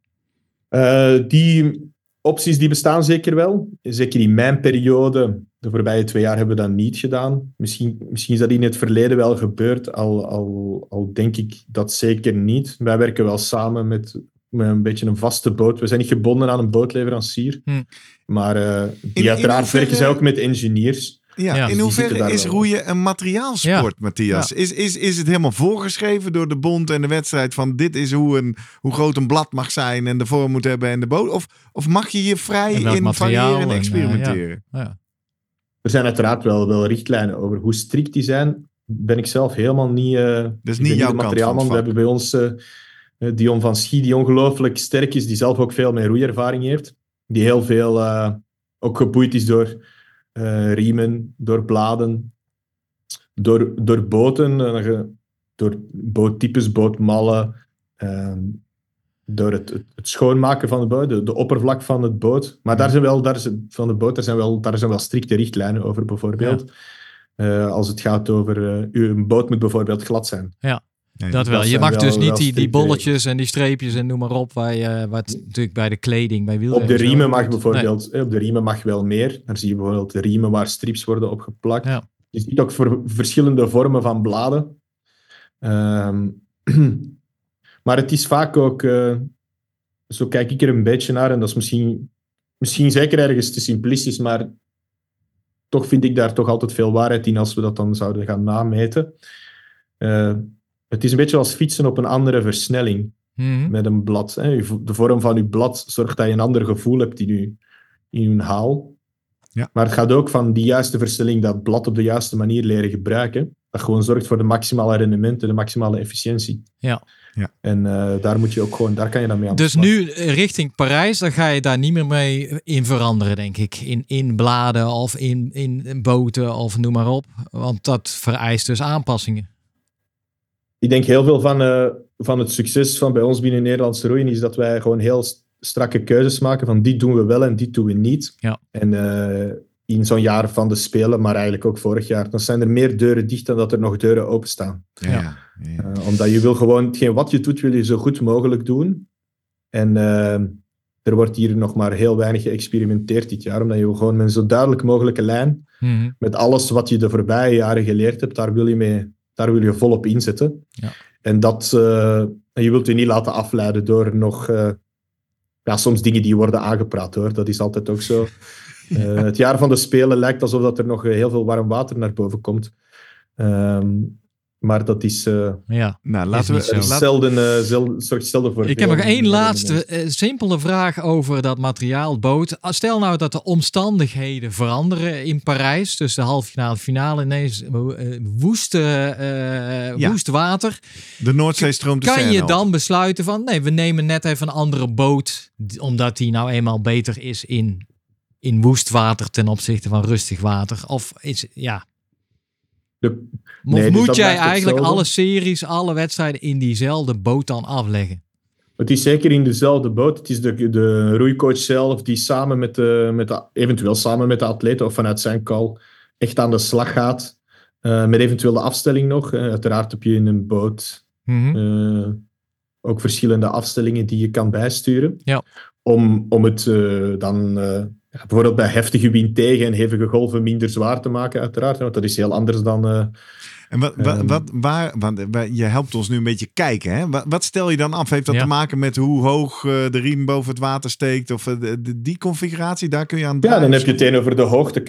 [SPEAKER 1] Uh, die opties die bestaan zeker wel. Zeker in mijn periode, de voorbije twee jaar, hebben we dat niet gedaan. Misschien, misschien is dat in het verleden wel gebeurd, al, al, al denk ik dat zeker niet. Wij werken wel samen met, met een beetje een vaste boot. We zijn niet gebonden aan een bootleverancier,
[SPEAKER 3] Hm.
[SPEAKER 1] maar uh, die
[SPEAKER 2] In- in
[SPEAKER 1] uiteraard
[SPEAKER 2] hoeverre-
[SPEAKER 1] werken zij ook met engineers.
[SPEAKER 2] Ja,
[SPEAKER 3] Ja,
[SPEAKER 2] in
[SPEAKER 1] die
[SPEAKER 2] hoeverre
[SPEAKER 1] zitten daar
[SPEAKER 2] is
[SPEAKER 1] wel.
[SPEAKER 2] roeien een materiaalsport,
[SPEAKER 3] Ja.
[SPEAKER 2] Matthias?
[SPEAKER 3] Ja.
[SPEAKER 2] Is, is, is het helemaal voorgeschreven door de bond en de wedstrijd van dit is hoe, een, hoe groot een blad mag zijn en de vorm moet hebben en de boot? Of, of mag je hier vrij
[SPEAKER 3] En welk
[SPEAKER 2] in
[SPEAKER 3] materiaal
[SPEAKER 2] variëren en
[SPEAKER 3] en, uh,
[SPEAKER 2] experimenteren?
[SPEAKER 3] Ja.
[SPEAKER 1] Er zijn uiteraard wel, wel richtlijnen over hoe strikt die zijn. Ben ik zelf helemaal niet... Uh,
[SPEAKER 2] Dat is
[SPEAKER 1] ik
[SPEAKER 2] niet
[SPEAKER 1] ben
[SPEAKER 2] jouw
[SPEAKER 1] de
[SPEAKER 2] kant
[SPEAKER 1] materiaalman.
[SPEAKER 2] van
[SPEAKER 1] We
[SPEAKER 2] het vak.
[SPEAKER 1] hebben bij ons uh, Dion van Schie, die ongelooflijk sterk is, die zelf ook veel met roeiervaring heeft. Die heel veel uh, ook geboeid is door uh, riemen, door bladen, door, door boten, uh, door boottypes, bootmallen, uh, door het, het, het schoonmaken van de boot, de, de oppervlak van het boot. Maar daar zijn wel, daar is, van de boot, daar zijn wel, daar zijn wel strikte richtlijnen over, bijvoorbeeld. Ja. Uh, als het gaat over... Uh, uw boot moet bijvoorbeeld glad zijn.
[SPEAKER 3] Ja.
[SPEAKER 2] Nee,
[SPEAKER 3] Dat wel.
[SPEAKER 1] dat
[SPEAKER 3] Je
[SPEAKER 1] zijn
[SPEAKER 3] mag
[SPEAKER 1] wel-
[SPEAKER 3] dus niet
[SPEAKER 1] wel
[SPEAKER 3] die, die
[SPEAKER 1] strikte
[SPEAKER 3] bolletjes en die streepjes en noem maar op, waar je, wat natuurlijk bij de kleding, bij wielrennen...
[SPEAKER 1] Op de
[SPEAKER 3] zo
[SPEAKER 1] riemen mag
[SPEAKER 3] doet.
[SPEAKER 1] bijvoorbeeld... eh, Op de riemen mag wel meer. Dan zie je bijvoorbeeld de riemen waar strips worden opgeplakt.
[SPEAKER 3] Ja.
[SPEAKER 1] Je ziet ook voor verschillende vormen van bladen. Um, maar het is vaak ook... Uh, zo kijk ik er een beetje naar, en dat is misschien, misschien zeker ergens te simplistisch, maar toch vind ik daar toch altijd veel waarheid in als we dat dan zouden gaan nameten. Uh, het is een beetje als fietsen op een andere versnelling.
[SPEAKER 3] Mhm.
[SPEAKER 1] Met een blad. Hè. De vorm van je blad zorgt dat je een ander gevoel hebt in je, in je haal.
[SPEAKER 2] Ja.
[SPEAKER 1] Maar het gaat ook van die juiste versnelling, dat blad op de juiste manier leren gebruiken. Dat gewoon zorgt voor de maximale rendementen, de maximale efficiëntie.
[SPEAKER 3] Ja.
[SPEAKER 2] Ja.
[SPEAKER 1] En uh, daar moet je ook gewoon, daar kan je dan mee aan de
[SPEAKER 3] Dus
[SPEAKER 1] slag.
[SPEAKER 3] nu eh, richting Parijs, dan ga je daar niet meer mee in veranderen, denk ik. In, in bladen of in, in boten of noem maar op. Want dat vereist dus aanpassingen.
[SPEAKER 1] Ik denk heel veel van, uh, van het succes van bij ons binnen Nederlandse roeien is dat wij gewoon heel st- strakke keuzes maken van dit doen we wel en dit doen we niet.
[SPEAKER 3] Ja.
[SPEAKER 1] En uh, in zo'n jaar van de Spelen, maar eigenlijk ook vorig jaar, dan zijn er meer deuren dicht dan dat er nog deuren openstaan.
[SPEAKER 2] Ja, ja. Ja.
[SPEAKER 1] Uh, omdat je wil gewoon, hetgeen wat je doet, wil je zo goed mogelijk doen. En uh, er wordt hier nog maar heel weinig geëxperimenteerd dit jaar, omdat je gewoon met een zo duidelijk mogelijke lijn,
[SPEAKER 3] Mhm.
[SPEAKER 1] met alles wat je de voorbije jaren geleerd hebt, daar wil je, mee, daar wil je volop inzetten.
[SPEAKER 3] Ja.
[SPEAKER 1] En dat, uh, en je wilt je niet laten afleiden door nog, uh, ja, soms dingen die worden aangepraat hoor, dat is altijd ook zo. Uh, het jaar van de Spelen lijkt alsof dat er nog uh, heel veel warm water naar boven komt. Um, maar dat is, uh,
[SPEAKER 3] Ja.
[SPEAKER 2] Nou, laten
[SPEAKER 3] niet
[SPEAKER 2] we...
[SPEAKER 3] zo.
[SPEAKER 1] dat is
[SPEAKER 2] laat-
[SPEAKER 1] zelden, uh, zel, zorgt zelden voor
[SPEAKER 3] Ik heb
[SPEAKER 1] veel
[SPEAKER 3] nog één
[SPEAKER 1] rendement.
[SPEAKER 3] laatste eh, simpele vraag over dat materiaalboot. Stel nou dat de omstandigheden veranderen in Parijs. Dus de halve finale, finale ineens uh, woeste, uh,
[SPEAKER 2] Ja.
[SPEAKER 3] woest water.
[SPEAKER 2] De Noordzee stroomt de
[SPEAKER 3] Kan
[SPEAKER 2] Seine
[SPEAKER 3] je
[SPEAKER 2] op.
[SPEAKER 3] dan besluiten van nee, we nemen net even een andere boot. d- Omdat die nou eenmaal beter is in, in woest water ten opzichte van rustig water. Of is ja.
[SPEAKER 1] De,
[SPEAKER 3] Of
[SPEAKER 1] Nee, dus
[SPEAKER 3] moet
[SPEAKER 1] dat
[SPEAKER 3] jij
[SPEAKER 1] blijft
[SPEAKER 3] eigenlijk
[SPEAKER 1] hetzelfde.
[SPEAKER 3] alle series, alle wedstrijden in diezelfde boot dan afleggen?
[SPEAKER 1] Het is zeker in dezelfde boot. Het is de, de roeicoach zelf die samen met de, met de, eventueel samen met de atleten of vanuit zijn call echt aan de slag gaat. Uh, met eventueel de afstelling nog. Uh, uiteraard heb je in een boot
[SPEAKER 3] Mhm.
[SPEAKER 1] uh, ook verschillende afstellingen die je kan bijsturen.
[SPEAKER 3] Ja.
[SPEAKER 1] Om, om het uh, dan uh, ja, bijvoorbeeld bij heftige wind tegen en hevige golven minder zwaar te maken, uiteraard. Want dat is heel anders dan... Uh,
[SPEAKER 2] En wat, wat,
[SPEAKER 1] Ehm.
[SPEAKER 2] wat, waar, want wij- je helpt ons nu een beetje kijken. Hè? Wat, wat stel je dan af? Heeft dat
[SPEAKER 3] Ja.
[SPEAKER 2] te maken met hoe hoog uh, de riem boven het water steekt? Of uh, de, de- die configuratie, daar kun je aan
[SPEAKER 1] Ja,
[SPEAKER 2] draaien?
[SPEAKER 1] dan heb je het een over de hoogte kan,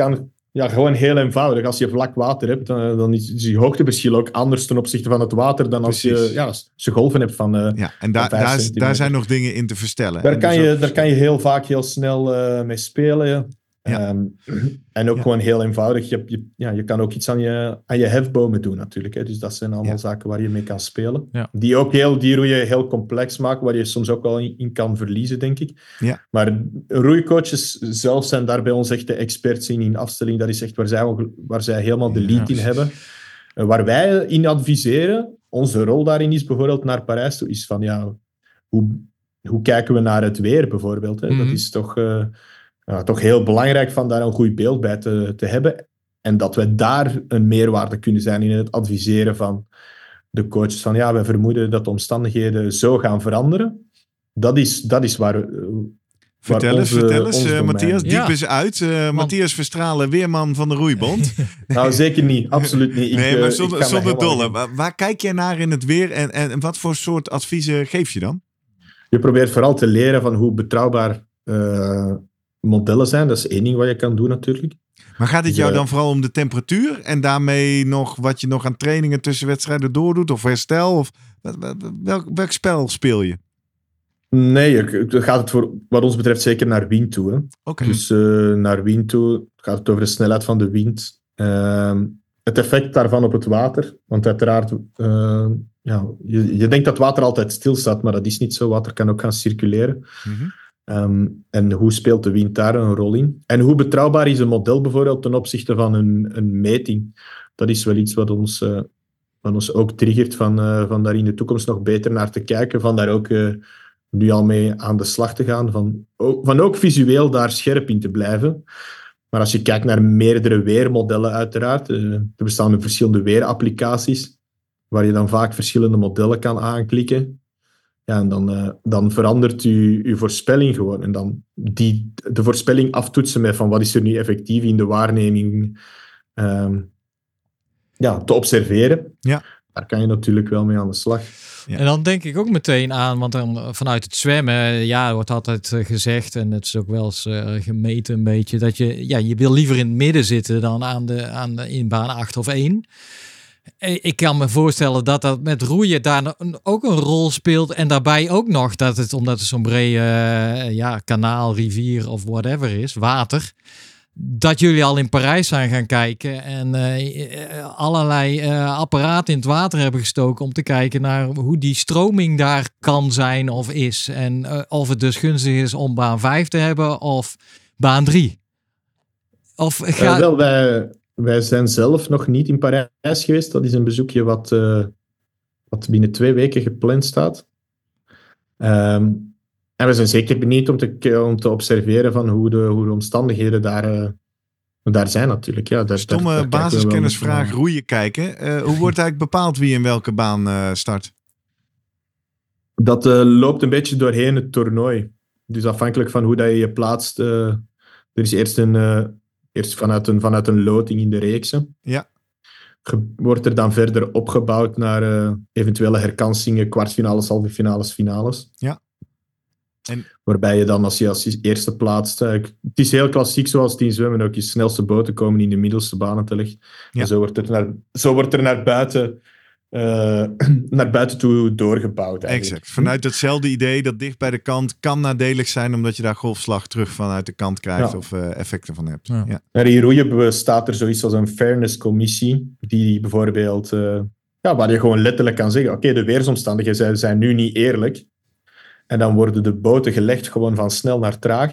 [SPEAKER 1] Ja, gewoon heel eenvoudig. Als je vlak water hebt, dan, dan is, is je hoogteverschil ook anders ten opzichte van het water dan als je, ja, als je golven hebt van uh,
[SPEAKER 2] Ja, en daar, daar, daar zijn nog dingen in te verstellen.
[SPEAKER 1] Daar, kan
[SPEAKER 2] dus
[SPEAKER 1] je,
[SPEAKER 2] ook...
[SPEAKER 1] daar kan je heel vaak heel snel uh, mee spelen. Ja. Um, en ook ja. gewoon heel eenvoudig. Je, je, ja, je kan ook iets aan je, aan je hefbomen doen natuurlijk. Hè. Dus dat zijn allemaal ja. zaken waar je mee kan spelen. Ja. Die ook heel, die roeien heel complex maken, waar je soms ook wel in, in kan verliezen, denk ik.
[SPEAKER 2] Ja.
[SPEAKER 1] Maar roeicoaches zelf zijn daar bij ons echt de experts in, in afstelling. Dat is echt waar zij, waar zij helemaal de lead ja, in hebben. Uh, waar wij in adviseren, onze rol daarin is bijvoorbeeld naar Parijs toe, is van ja, hoe, hoe kijken we naar het weer bijvoorbeeld. Hè? Mm-hmm. Dat is toch... Uh, Ja, toch heel belangrijk van daar een goed beeld bij te, te hebben. En dat we daar een meerwaarde kunnen zijn in het adviseren van de coaches. Van ja, wij vermoeden dat de omstandigheden zo gaan veranderen. Dat is, dat is waar...
[SPEAKER 2] Vertel eens, vertel eens, uh, Matthias, diep ja. eens uit. Uh, Want... Matthias Verstralen, weerman van de Roeibond.
[SPEAKER 1] Nou, zeker niet, absoluut niet. Ik,
[SPEAKER 2] nee, maar zonder, zonder dolle. Waar, waar kijk jij naar in het weer en, en, en wat voor soort adviezen geef je dan?
[SPEAKER 1] Je probeert vooral te leren van hoe betrouwbaar... Uh, modellen zijn, dat is één ding wat je kan doen natuurlijk.
[SPEAKER 2] Maar gaat het jou dan vooral om de temperatuur en daarmee nog wat je nog aan trainingen tussen wedstrijden doordoet of herstel? Of welk, welk spel speel je?
[SPEAKER 1] Nee, dan gaat het voor wat ons betreft zeker naar wind toe. Hè.
[SPEAKER 2] Okay.
[SPEAKER 1] Dus uh, naar wind toe gaat het over de snelheid van de wind. Uh, het effect daarvan op het water. Want uiteraard, uh, ja, je, je denkt dat water altijd stilstaat, maar dat is niet zo. Water kan ook gaan circuleren.
[SPEAKER 2] Mm-hmm.
[SPEAKER 1] Um, en hoe speelt de wind daar een rol in? En hoe betrouwbaar is een model bijvoorbeeld ten opzichte van een, een meting? Dat is wel iets wat ons, uh, wat ons ook triggert van, uh, van daar in de toekomst nog beter naar te kijken, van daar ook uh, nu al mee aan de slag te gaan, van ook, van ook visueel daar scherp in te blijven. Maar als je kijkt naar meerdere weermodellen uiteraard, uh, er bestaan verschillende weerapplicaties, waar je dan vaak verschillende modellen kan aanklikken. Ja, en dan, uh, dan verandert je, je voorspelling gewoon. En dan die, de voorspelling aftoetsen met van wat is er nu effectief in de waarneming um, ja, te observeren.
[SPEAKER 2] Ja.
[SPEAKER 1] Daar kan je natuurlijk wel mee aan de slag.
[SPEAKER 3] Ja. En dan denk ik ook meteen aan, want dan vanuit het zwemmen, ja, er wordt altijd gezegd, en het is ook wel eens uh, gemeten een beetje, dat je, ja, je wil liever in het midden zitten dan aan de, aan de in baan acht of één. Ik kan me voorstellen dat dat met roeien daar ook een rol speelt. En daarbij ook nog dat het, omdat het zo'n brede uh, ja, kanaal, rivier of whatever is, water, dat jullie al in Parijs zijn gaan kijken en uh, allerlei uh, apparaten in het water hebben gestoken om te kijken naar hoe die stroming daar kan zijn of is. En uh, of het dus gunstig is om baan vijf te hebben of baan drie. Of ga...
[SPEAKER 1] uh, wel, wij... Wij zijn zelf nog niet in Parijs geweest. Dat is een bezoekje wat, uh, wat binnen twee weken gepland staat. Um, en we zijn zeker benieuwd om te, om te observeren van hoe de, hoe de omstandigheden daar, uh, daar zijn natuurlijk. Ja, daar,
[SPEAKER 2] Stomme daar, daar basiskennisvraag roeien kijken. Uh, hoe wordt eigenlijk bepaald wie in welke baan uh, start?
[SPEAKER 1] Dat uh, loopt een beetje doorheen het toernooi. Dus afhankelijk van hoe dat je je plaatst. Uh, er is eerst een... Uh, Eerst vanuit een, vanuit een loting in de reeksen.
[SPEAKER 2] Ja.
[SPEAKER 1] Ge- wordt er dan verder opgebouwd naar uh, eventuele herkansingen, kwartfinales, halve finales, finales.
[SPEAKER 2] Ja. En...
[SPEAKER 1] Waarbij je dan als je als eerste plaatst... Uh, het is heel klassiek zoals het in zwemmen ook. Je snelste boten komen in de middelste banen terecht. Ja. En zo wordt er naar, zo wordt er naar buiten... Uh, naar buiten toe doorgebouwd. Eigenlijk.
[SPEAKER 2] Exact. Vanuit hetzelfde idee dat dicht bij de kant kan nadelig zijn omdat je daar golfslag terug vanuit de kant krijgt ja. of uh, effecten van hebt. Ja. Ja.
[SPEAKER 1] Maar in roeien bestaat er zoiets als een fairness-commissie die bijvoorbeeld, uh, ja, waar je gewoon letterlijk kan zeggen, oké, okay, de weersomstandigheden zijn, zijn nu niet eerlijk. En dan worden de boten gelegd gewoon van snel naar traag.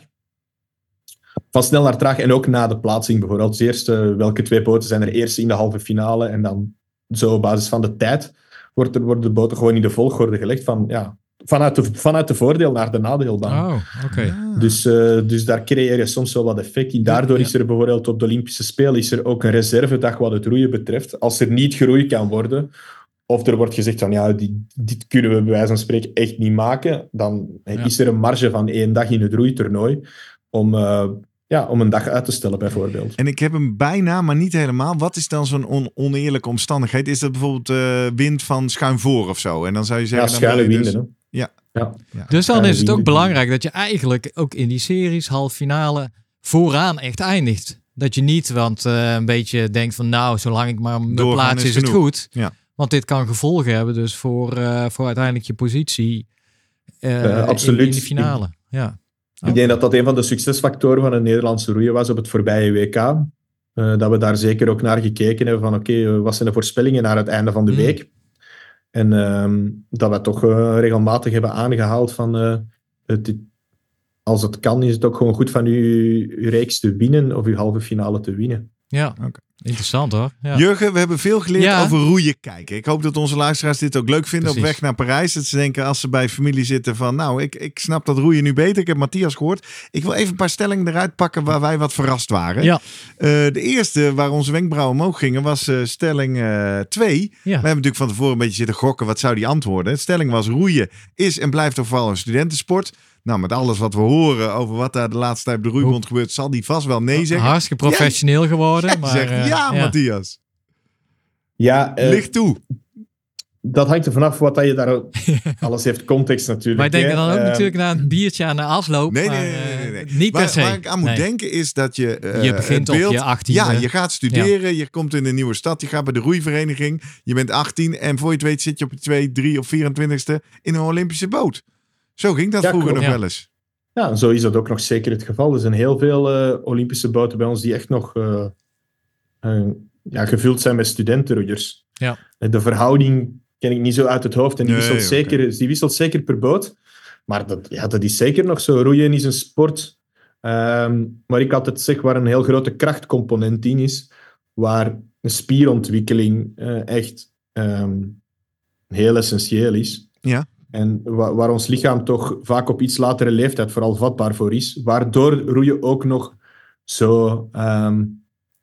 [SPEAKER 1] Van snel naar traag en ook na de plaatsing bijvoorbeeld. Dus eerst, uh, welke twee boten zijn er eerst in de halve finale en dan zo op basis van de tijd wordt er, worden de boten gewoon in de volgorde gelegd van, ja, vanuit, de, vanuit de voordeel naar de nadeelbaan.
[SPEAKER 3] Oh, oké. Okay.
[SPEAKER 1] Dus, uh, dus daar creëer je soms wel wat effect in. Daardoor ja, ja. is er bijvoorbeeld op de Olympische Spelen is er ook een reservedag wat het roeien betreft. Als er niet geroeid kan worden, of er wordt gezegd van, ja, die, dit kunnen we bij wijze van spreken echt niet maken, dan ja. is er een marge van één dag in het roeitoernooi om... Uh, Ja, om een dag uit te stellen bijvoorbeeld.
[SPEAKER 2] En ik heb hem bijna, maar niet helemaal. Wat is dan zo'n on- oneerlijke omstandigheid? Is dat bijvoorbeeld uh, wind van schuin voor of zo? En dan zou je zeggen...
[SPEAKER 1] Ja, schuine winden. Dus...
[SPEAKER 2] Ja.
[SPEAKER 1] Ja.
[SPEAKER 3] Ja. Dus dan is het ook belangrijk dat je eigenlijk ook in die series, halve finale, vooraan echt eindigt. Dat je niet, want uh, een beetje denkt van nou, zolang ik maar me plaats is, is het goed.
[SPEAKER 2] Ja.
[SPEAKER 3] Want dit kan gevolgen hebben dus voor, uh, voor uiteindelijk je positie uh,
[SPEAKER 1] uh, absoluut.
[SPEAKER 3] In, in de finale. Ik, ja.
[SPEAKER 1] Ik denk dat dat een van de succesfactoren van het Nederlandse roeien was op het voorbije W K. Uh, dat we daar zeker ook naar gekeken hebben van oké, okay, uh, wat zijn de voorspellingen naar het einde van de mm. week? En uh, dat we toch uh, regelmatig hebben aangehaald van uh, het, als het kan is het ook gewoon goed van uw, uw reeks te winnen of uw halve finale te winnen.
[SPEAKER 3] Ja, okay. Interessant hoor. Ja.
[SPEAKER 2] Jurgen, we hebben veel geleerd ja. over roeien kijken. Ik hoop dat onze luisteraars dit ook leuk vinden. Precies. Op weg naar Parijs. Dat ze denken als ze bij familie zitten van nou, ik, ik snap dat roeien nu beter. Ik heb Matthias gehoord. Ik wil even een paar stellingen eruit pakken waar wij wat verrast waren.
[SPEAKER 3] Ja.
[SPEAKER 2] Uh, de eerste waar onze wenkbrauwen omhoog gingen was uh, stelling twee. Uh, ja. We hebben natuurlijk van tevoren een beetje zitten gokken. Wat zou die antwoorden? De stelling was roeien is en blijft toch vooral een studentensport. Nou, met alles wat we horen over wat daar de laatste tijd op de roeibond Oep. gebeurt, zal die vast wel nee zeggen.
[SPEAKER 3] Hartstikke professioneel ja, geworden.
[SPEAKER 2] Ja,
[SPEAKER 3] maar,
[SPEAKER 2] zeg, ja,
[SPEAKER 3] uh, ja,
[SPEAKER 2] Matthias.
[SPEAKER 1] Ja, uh,
[SPEAKER 2] Licht toe.
[SPEAKER 1] Dat hangt er vanaf wat je daar... Alles heeft context natuurlijk.
[SPEAKER 3] Wij denken
[SPEAKER 1] hè?
[SPEAKER 3] dan ook
[SPEAKER 1] uh,
[SPEAKER 3] natuurlijk naar een biertje aan de afloop.
[SPEAKER 2] Nee,
[SPEAKER 3] maar,
[SPEAKER 2] nee, nee. nee, nee.
[SPEAKER 3] Uh, niet
[SPEAKER 2] waar,
[SPEAKER 3] per se.
[SPEAKER 2] Waar ik aan moet
[SPEAKER 3] nee.
[SPEAKER 2] denken is dat je... Uh,
[SPEAKER 3] je begint
[SPEAKER 2] beeld,
[SPEAKER 3] op je achttiende.
[SPEAKER 2] Ja, je gaat studeren.
[SPEAKER 3] Ja.
[SPEAKER 2] Je komt in een nieuwe stad. Je gaat bij de roeivereniging. Je bent achttien. En voor je het weet zit je op je twee, drie of vierentwintigste in een Olympische boot. Zo ging dat
[SPEAKER 1] ja,
[SPEAKER 2] vroeger
[SPEAKER 1] klopt.
[SPEAKER 2] nog
[SPEAKER 3] ja.
[SPEAKER 2] wel eens.
[SPEAKER 1] Ja, zo is dat ook nog zeker het geval. Er zijn heel veel uh, Olympische boten bij ons die echt nog uh, uh, ja, gevuld zijn met studentenroeiers.
[SPEAKER 3] Ja.
[SPEAKER 1] De verhouding ken ik niet zo uit het hoofd. En die,
[SPEAKER 2] nee,
[SPEAKER 1] wisselt,
[SPEAKER 2] okay.
[SPEAKER 1] zeker, die wisselt zeker per boot. Maar dat, ja, dat is zeker nog zo. Roeien is een sport. Um, maar ik altijd zeg waar een heel grote krachtcomponent in is. Waar een spierontwikkeling uh, echt um, heel essentieel is.
[SPEAKER 2] Ja.
[SPEAKER 1] En wa- waar ons lichaam toch vaak op iets latere leeftijd vooral vatbaar voor is. Waardoor roeien ook nog zo, um,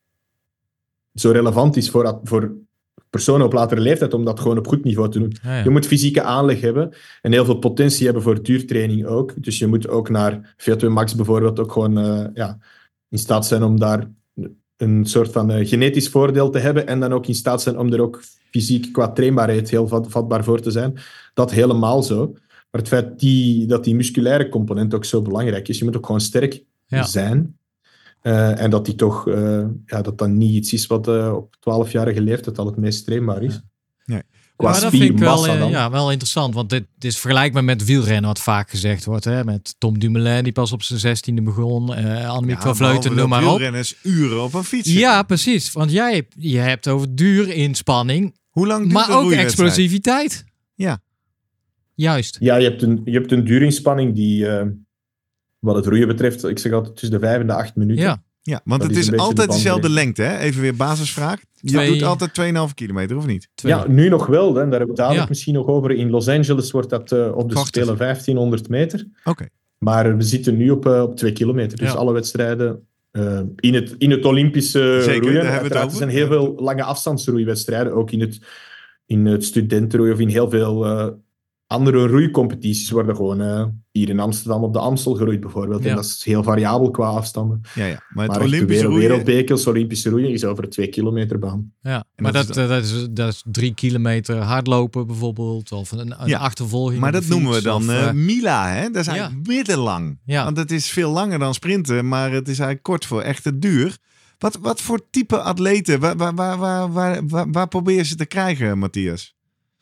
[SPEAKER 1] zo relevant is voor, voor personen op latere leeftijd, om dat gewoon op goed niveau te doen.
[SPEAKER 3] Ja, ja.
[SPEAKER 1] Je moet fysieke aanleg hebben en heel veel potentie hebben voor duurtraining ook. Dus je moet ook naar V twee Max bijvoorbeeld ook gewoon uh, ja, in staat zijn om daar een soort van uh, genetisch voordeel te hebben en dan ook in staat zijn om er ook fysiek qua trainbaarheid heel vat, vatbaar voor te zijn. Dat helemaal zo. Maar het feit die, dat die musculaire component ook zo belangrijk is, je moet ook gewoon sterk
[SPEAKER 3] ja.
[SPEAKER 1] zijn. Uh, en dat die toch, uh, ja, dat dat niet iets is wat uh, op twaalfjarige leeftijd al het meest trainbaar is.
[SPEAKER 2] Ja. Nee.
[SPEAKER 1] Qua
[SPEAKER 3] maar dat vind ik wel,
[SPEAKER 1] dan.
[SPEAKER 3] ja, wel interessant, want dit, dit is vergelijkbaar met wielrennen wat vaak gezegd wordt. Hè? Met Tom Dumoulin, die pas op zijn zestiende begon. Uh, Annemiek van Vleuten, noem maar op.
[SPEAKER 2] Wielrenners uren op een fiets.
[SPEAKER 3] Ja, precies. Want jij je hebt over duurinspanning.
[SPEAKER 2] Hoe lang duurt
[SPEAKER 3] maar ook explosiviteit.
[SPEAKER 2] Ja.
[SPEAKER 3] Juist.
[SPEAKER 1] Ja, je hebt een, je hebt een duurinspanning die, uh, wat het roeien betreft, ik zeg altijd tussen de vijf en de acht minuten.
[SPEAKER 2] Ja, ja want
[SPEAKER 1] dat
[SPEAKER 2] het is, is altijd
[SPEAKER 1] de
[SPEAKER 2] dezelfde lengte, hè? Even weer basisvraag. Je Twee... doet altijd twee komma vijf kilometer, of niet?
[SPEAKER 1] Twee. Ja, nu nog wel. Hè. Daar hebben we het dadelijk
[SPEAKER 3] ja.
[SPEAKER 1] misschien nog over. In Los Angeles wordt dat uh, op de
[SPEAKER 2] Korter.
[SPEAKER 1] Spelen vijftienhonderd meter.
[SPEAKER 2] Oké. Okay.
[SPEAKER 1] Maar we zitten nu op, uh, op twee kilometer. Dus ja. alle wedstrijden uh, in, het, in het Olympische
[SPEAKER 2] Zeker,
[SPEAKER 1] roeien.
[SPEAKER 2] Daar hebben we het over.
[SPEAKER 1] Er zijn heel veel lange afstandsroeiwedstrijden. Ook in het, in het studentenroeien of in heel veel uh, andere roeicompetities worden gewoon uh, hier in Amsterdam op de Amstel geroeid bijvoorbeeld. Ja. En dat is heel variabel qua afstanden.
[SPEAKER 2] Ja, ja. Maar het
[SPEAKER 1] maar
[SPEAKER 2] Olympische
[SPEAKER 1] de
[SPEAKER 2] roeien...
[SPEAKER 1] wereldbekers, Olympische roeien is over een twee kilometer baan.
[SPEAKER 3] Ja, maar dat, dat, is dat, is, dat is drie kilometer hardlopen bijvoorbeeld. Of een, een ja. achtervolging.
[SPEAKER 2] Maar dat noemen we dan
[SPEAKER 3] of,
[SPEAKER 2] uh, Mila, hè? Dat is eigenlijk
[SPEAKER 3] ja.
[SPEAKER 2] middenlang.
[SPEAKER 3] Ja.
[SPEAKER 2] Want het is veel langer dan sprinten, maar het is eigenlijk kort voor echt het duur. Wat, wat voor type atleten, waar, waar, waar, waar, waar, waar, waar probeer je ze te krijgen, Matthias?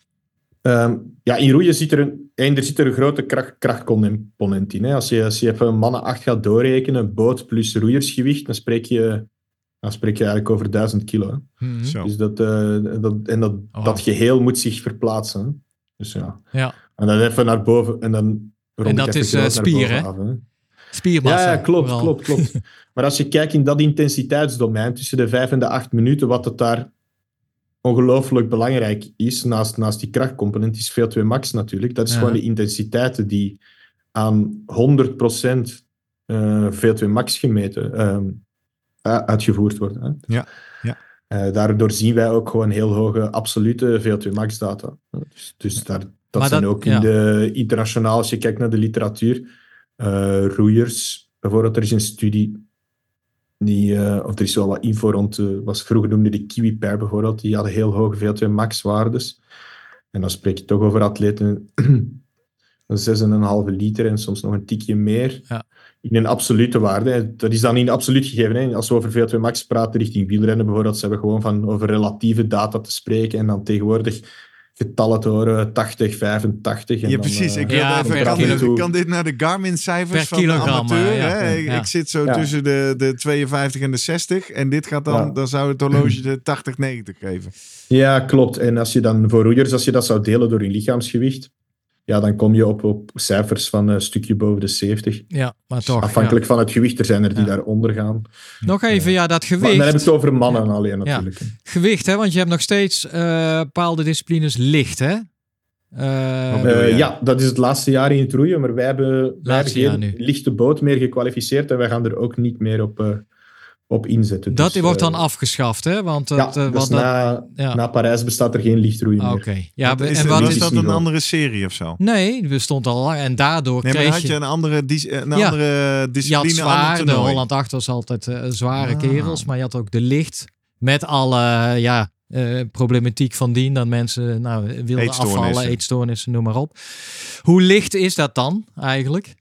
[SPEAKER 1] Um, ja, in roeien zit er een, er zit er een grote kracht, krachtcomponent in. Hè. Als je, als je even mannen acht gaat doorrekenen, boot plus roeiersgewicht, dan spreek je, dan spreek je eigenlijk over duizend kilo. Hè.
[SPEAKER 3] Mm-hmm.
[SPEAKER 2] Zo.
[SPEAKER 1] Dus dat, uh, dat, en dat, oh. dat geheel moet zich verplaatsen. Hè. Dus ja.
[SPEAKER 3] ja.
[SPEAKER 1] En dan even naar boven. En, dan
[SPEAKER 3] en dat is uh, spier, hè?
[SPEAKER 1] Af, hè.
[SPEAKER 3] Spiermassa.
[SPEAKER 1] Ja, ja, klopt,
[SPEAKER 3] vooral.
[SPEAKER 1] klopt, klopt. Maar als je kijkt in dat intensiteitsdomein, tussen de vijf en de acht minuten, wat het daar ongelooflijk belangrijk is, naast, naast die krachtcomponent, is V twee Max natuurlijk. Dat is ja. gewoon de intensiteiten die aan honderd procent uh, V twee Max gemeten um, uitgevoerd worden. Hè.
[SPEAKER 2] Ja, ja.
[SPEAKER 1] Uh, daardoor zien wij ook gewoon heel hoge absolute V twee Max data. Dus, dus daar, dat
[SPEAKER 3] maar
[SPEAKER 1] zijn
[SPEAKER 3] dat,
[SPEAKER 1] ook in
[SPEAKER 3] ja.
[SPEAKER 1] de internationaal, als je kijkt naar de literatuur, uh, roeiers, bijvoorbeeld er is een studie Die, uh, of er is wel wat info rond, uh, was vroeger noemde de Kiwi Pair bijvoorbeeld, die hadden heel hoge V twee Max waardes. En dan spreek je toch over atleten van zes komma vijf liter en soms nog een tikje meer.
[SPEAKER 3] Ja.
[SPEAKER 1] in een absolute waarde. Dat is dan in absoluut gegeven. Hè. Als we over V O twee max praten richting wielrennen bijvoorbeeld, zijn we gewoon van over relatieve data te spreken en dan tegenwoordig getallen te horen, tachtig, vijfentachtig. En
[SPEAKER 2] ja,
[SPEAKER 1] dan,
[SPEAKER 2] precies. Ik,
[SPEAKER 3] ja,
[SPEAKER 2] even,
[SPEAKER 3] per
[SPEAKER 2] kan,
[SPEAKER 3] kilo.
[SPEAKER 2] dit, kan dit naar de Garmin-cijfers
[SPEAKER 3] Per
[SPEAKER 2] van de
[SPEAKER 3] kilogram,
[SPEAKER 2] amateur?
[SPEAKER 3] ja.
[SPEAKER 2] Hè?
[SPEAKER 3] Ja.
[SPEAKER 2] Ik zit zo
[SPEAKER 1] Ja.
[SPEAKER 2] tussen de, de tweeënvijftig en de zestig. En dit gaat dan,
[SPEAKER 1] Ja.
[SPEAKER 2] dan zou het horloge de tachtig, negentig geven.
[SPEAKER 1] Ja, klopt. En als je dan voor roeiers, als je dat zou delen door hun lichaamsgewicht, ja, dan kom je op, op cijfers van een stukje boven de zeventig.
[SPEAKER 3] Ja, maar toch.
[SPEAKER 1] Afhankelijk van het gewicht. Er zijn er die
[SPEAKER 3] Ja.
[SPEAKER 1] daaronder gaan.
[SPEAKER 3] Ja. Nog even, ja, dat
[SPEAKER 1] Maar
[SPEAKER 3] gewicht.
[SPEAKER 1] dan hebben we het over mannen alleen natuurlijk. hè.
[SPEAKER 3] Gewicht, hè? Want je hebt nog steeds eh, bepaalde disciplines licht, hè? Eh,
[SPEAKER 2] Wat bedoel
[SPEAKER 1] Eh,
[SPEAKER 2] jij?
[SPEAKER 1] ja, dat is het laatste jaar in het roeien, maar wij hebben, wij hebben
[SPEAKER 3] Laatste jaar
[SPEAKER 1] geen
[SPEAKER 3] nu.
[SPEAKER 1] lichte boot meer gekwalificeerd en wij gaan er ook niet meer op, uh, op inzetten.
[SPEAKER 3] dat
[SPEAKER 1] Dus,
[SPEAKER 3] wordt dan
[SPEAKER 1] uh,
[SPEAKER 3] afgeschaft, hè? Want
[SPEAKER 1] ja,
[SPEAKER 3] dat, eh,
[SPEAKER 1] dus
[SPEAKER 3] want dat,
[SPEAKER 1] na,
[SPEAKER 3] ja.
[SPEAKER 1] na Parijs bestaat er geen lichtroeien
[SPEAKER 3] Ah,
[SPEAKER 1] meer.
[SPEAKER 3] Oké. Ja,
[SPEAKER 2] Wat is
[SPEAKER 3] en
[SPEAKER 2] het-
[SPEAKER 3] wat
[SPEAKER 2] was
[SPEAKER 3] is...
[SPEAKER 1] is
[SPEAKER 2] dat
[SPEAKER 1] niet
[SPEAKER 2] een
[SPEAKER 1] wel.
[SPEAKER 2] andere serie of zo?
[SPEAKER 3] Nee, die bestond al lang. En daardoor
[SPEAKER 2] Nee, maar
[SPEAKER 3] kreeg
[SPEAKER 2] dan had je een andere, dis- een
[SPEAKER 3] Ja.
[SPEAKER 2] andere
[SPEAKER 3] Je had
[SPEAKER 2] discipline, een
[SPEAKER 3] zwaar,
[SPEAKER 2] ander
[SPEAKER 3] de
[SPEAKER 2] toernooi.
[SPEAKER 3] Holland acht was altijd eh, zware
[SPEAKER 2] Ah.
[SPEAKER 3] kerels, maar je had ook de licht met alle ja, eh, problematiek van dien, dat mensen nou, wilden
[SPEAKER 2] Eetstoornissen.
[SPEAKER 3] afvallen, eetstoornissen, noem maar op. Hoe licht is dat dan eigenlijk?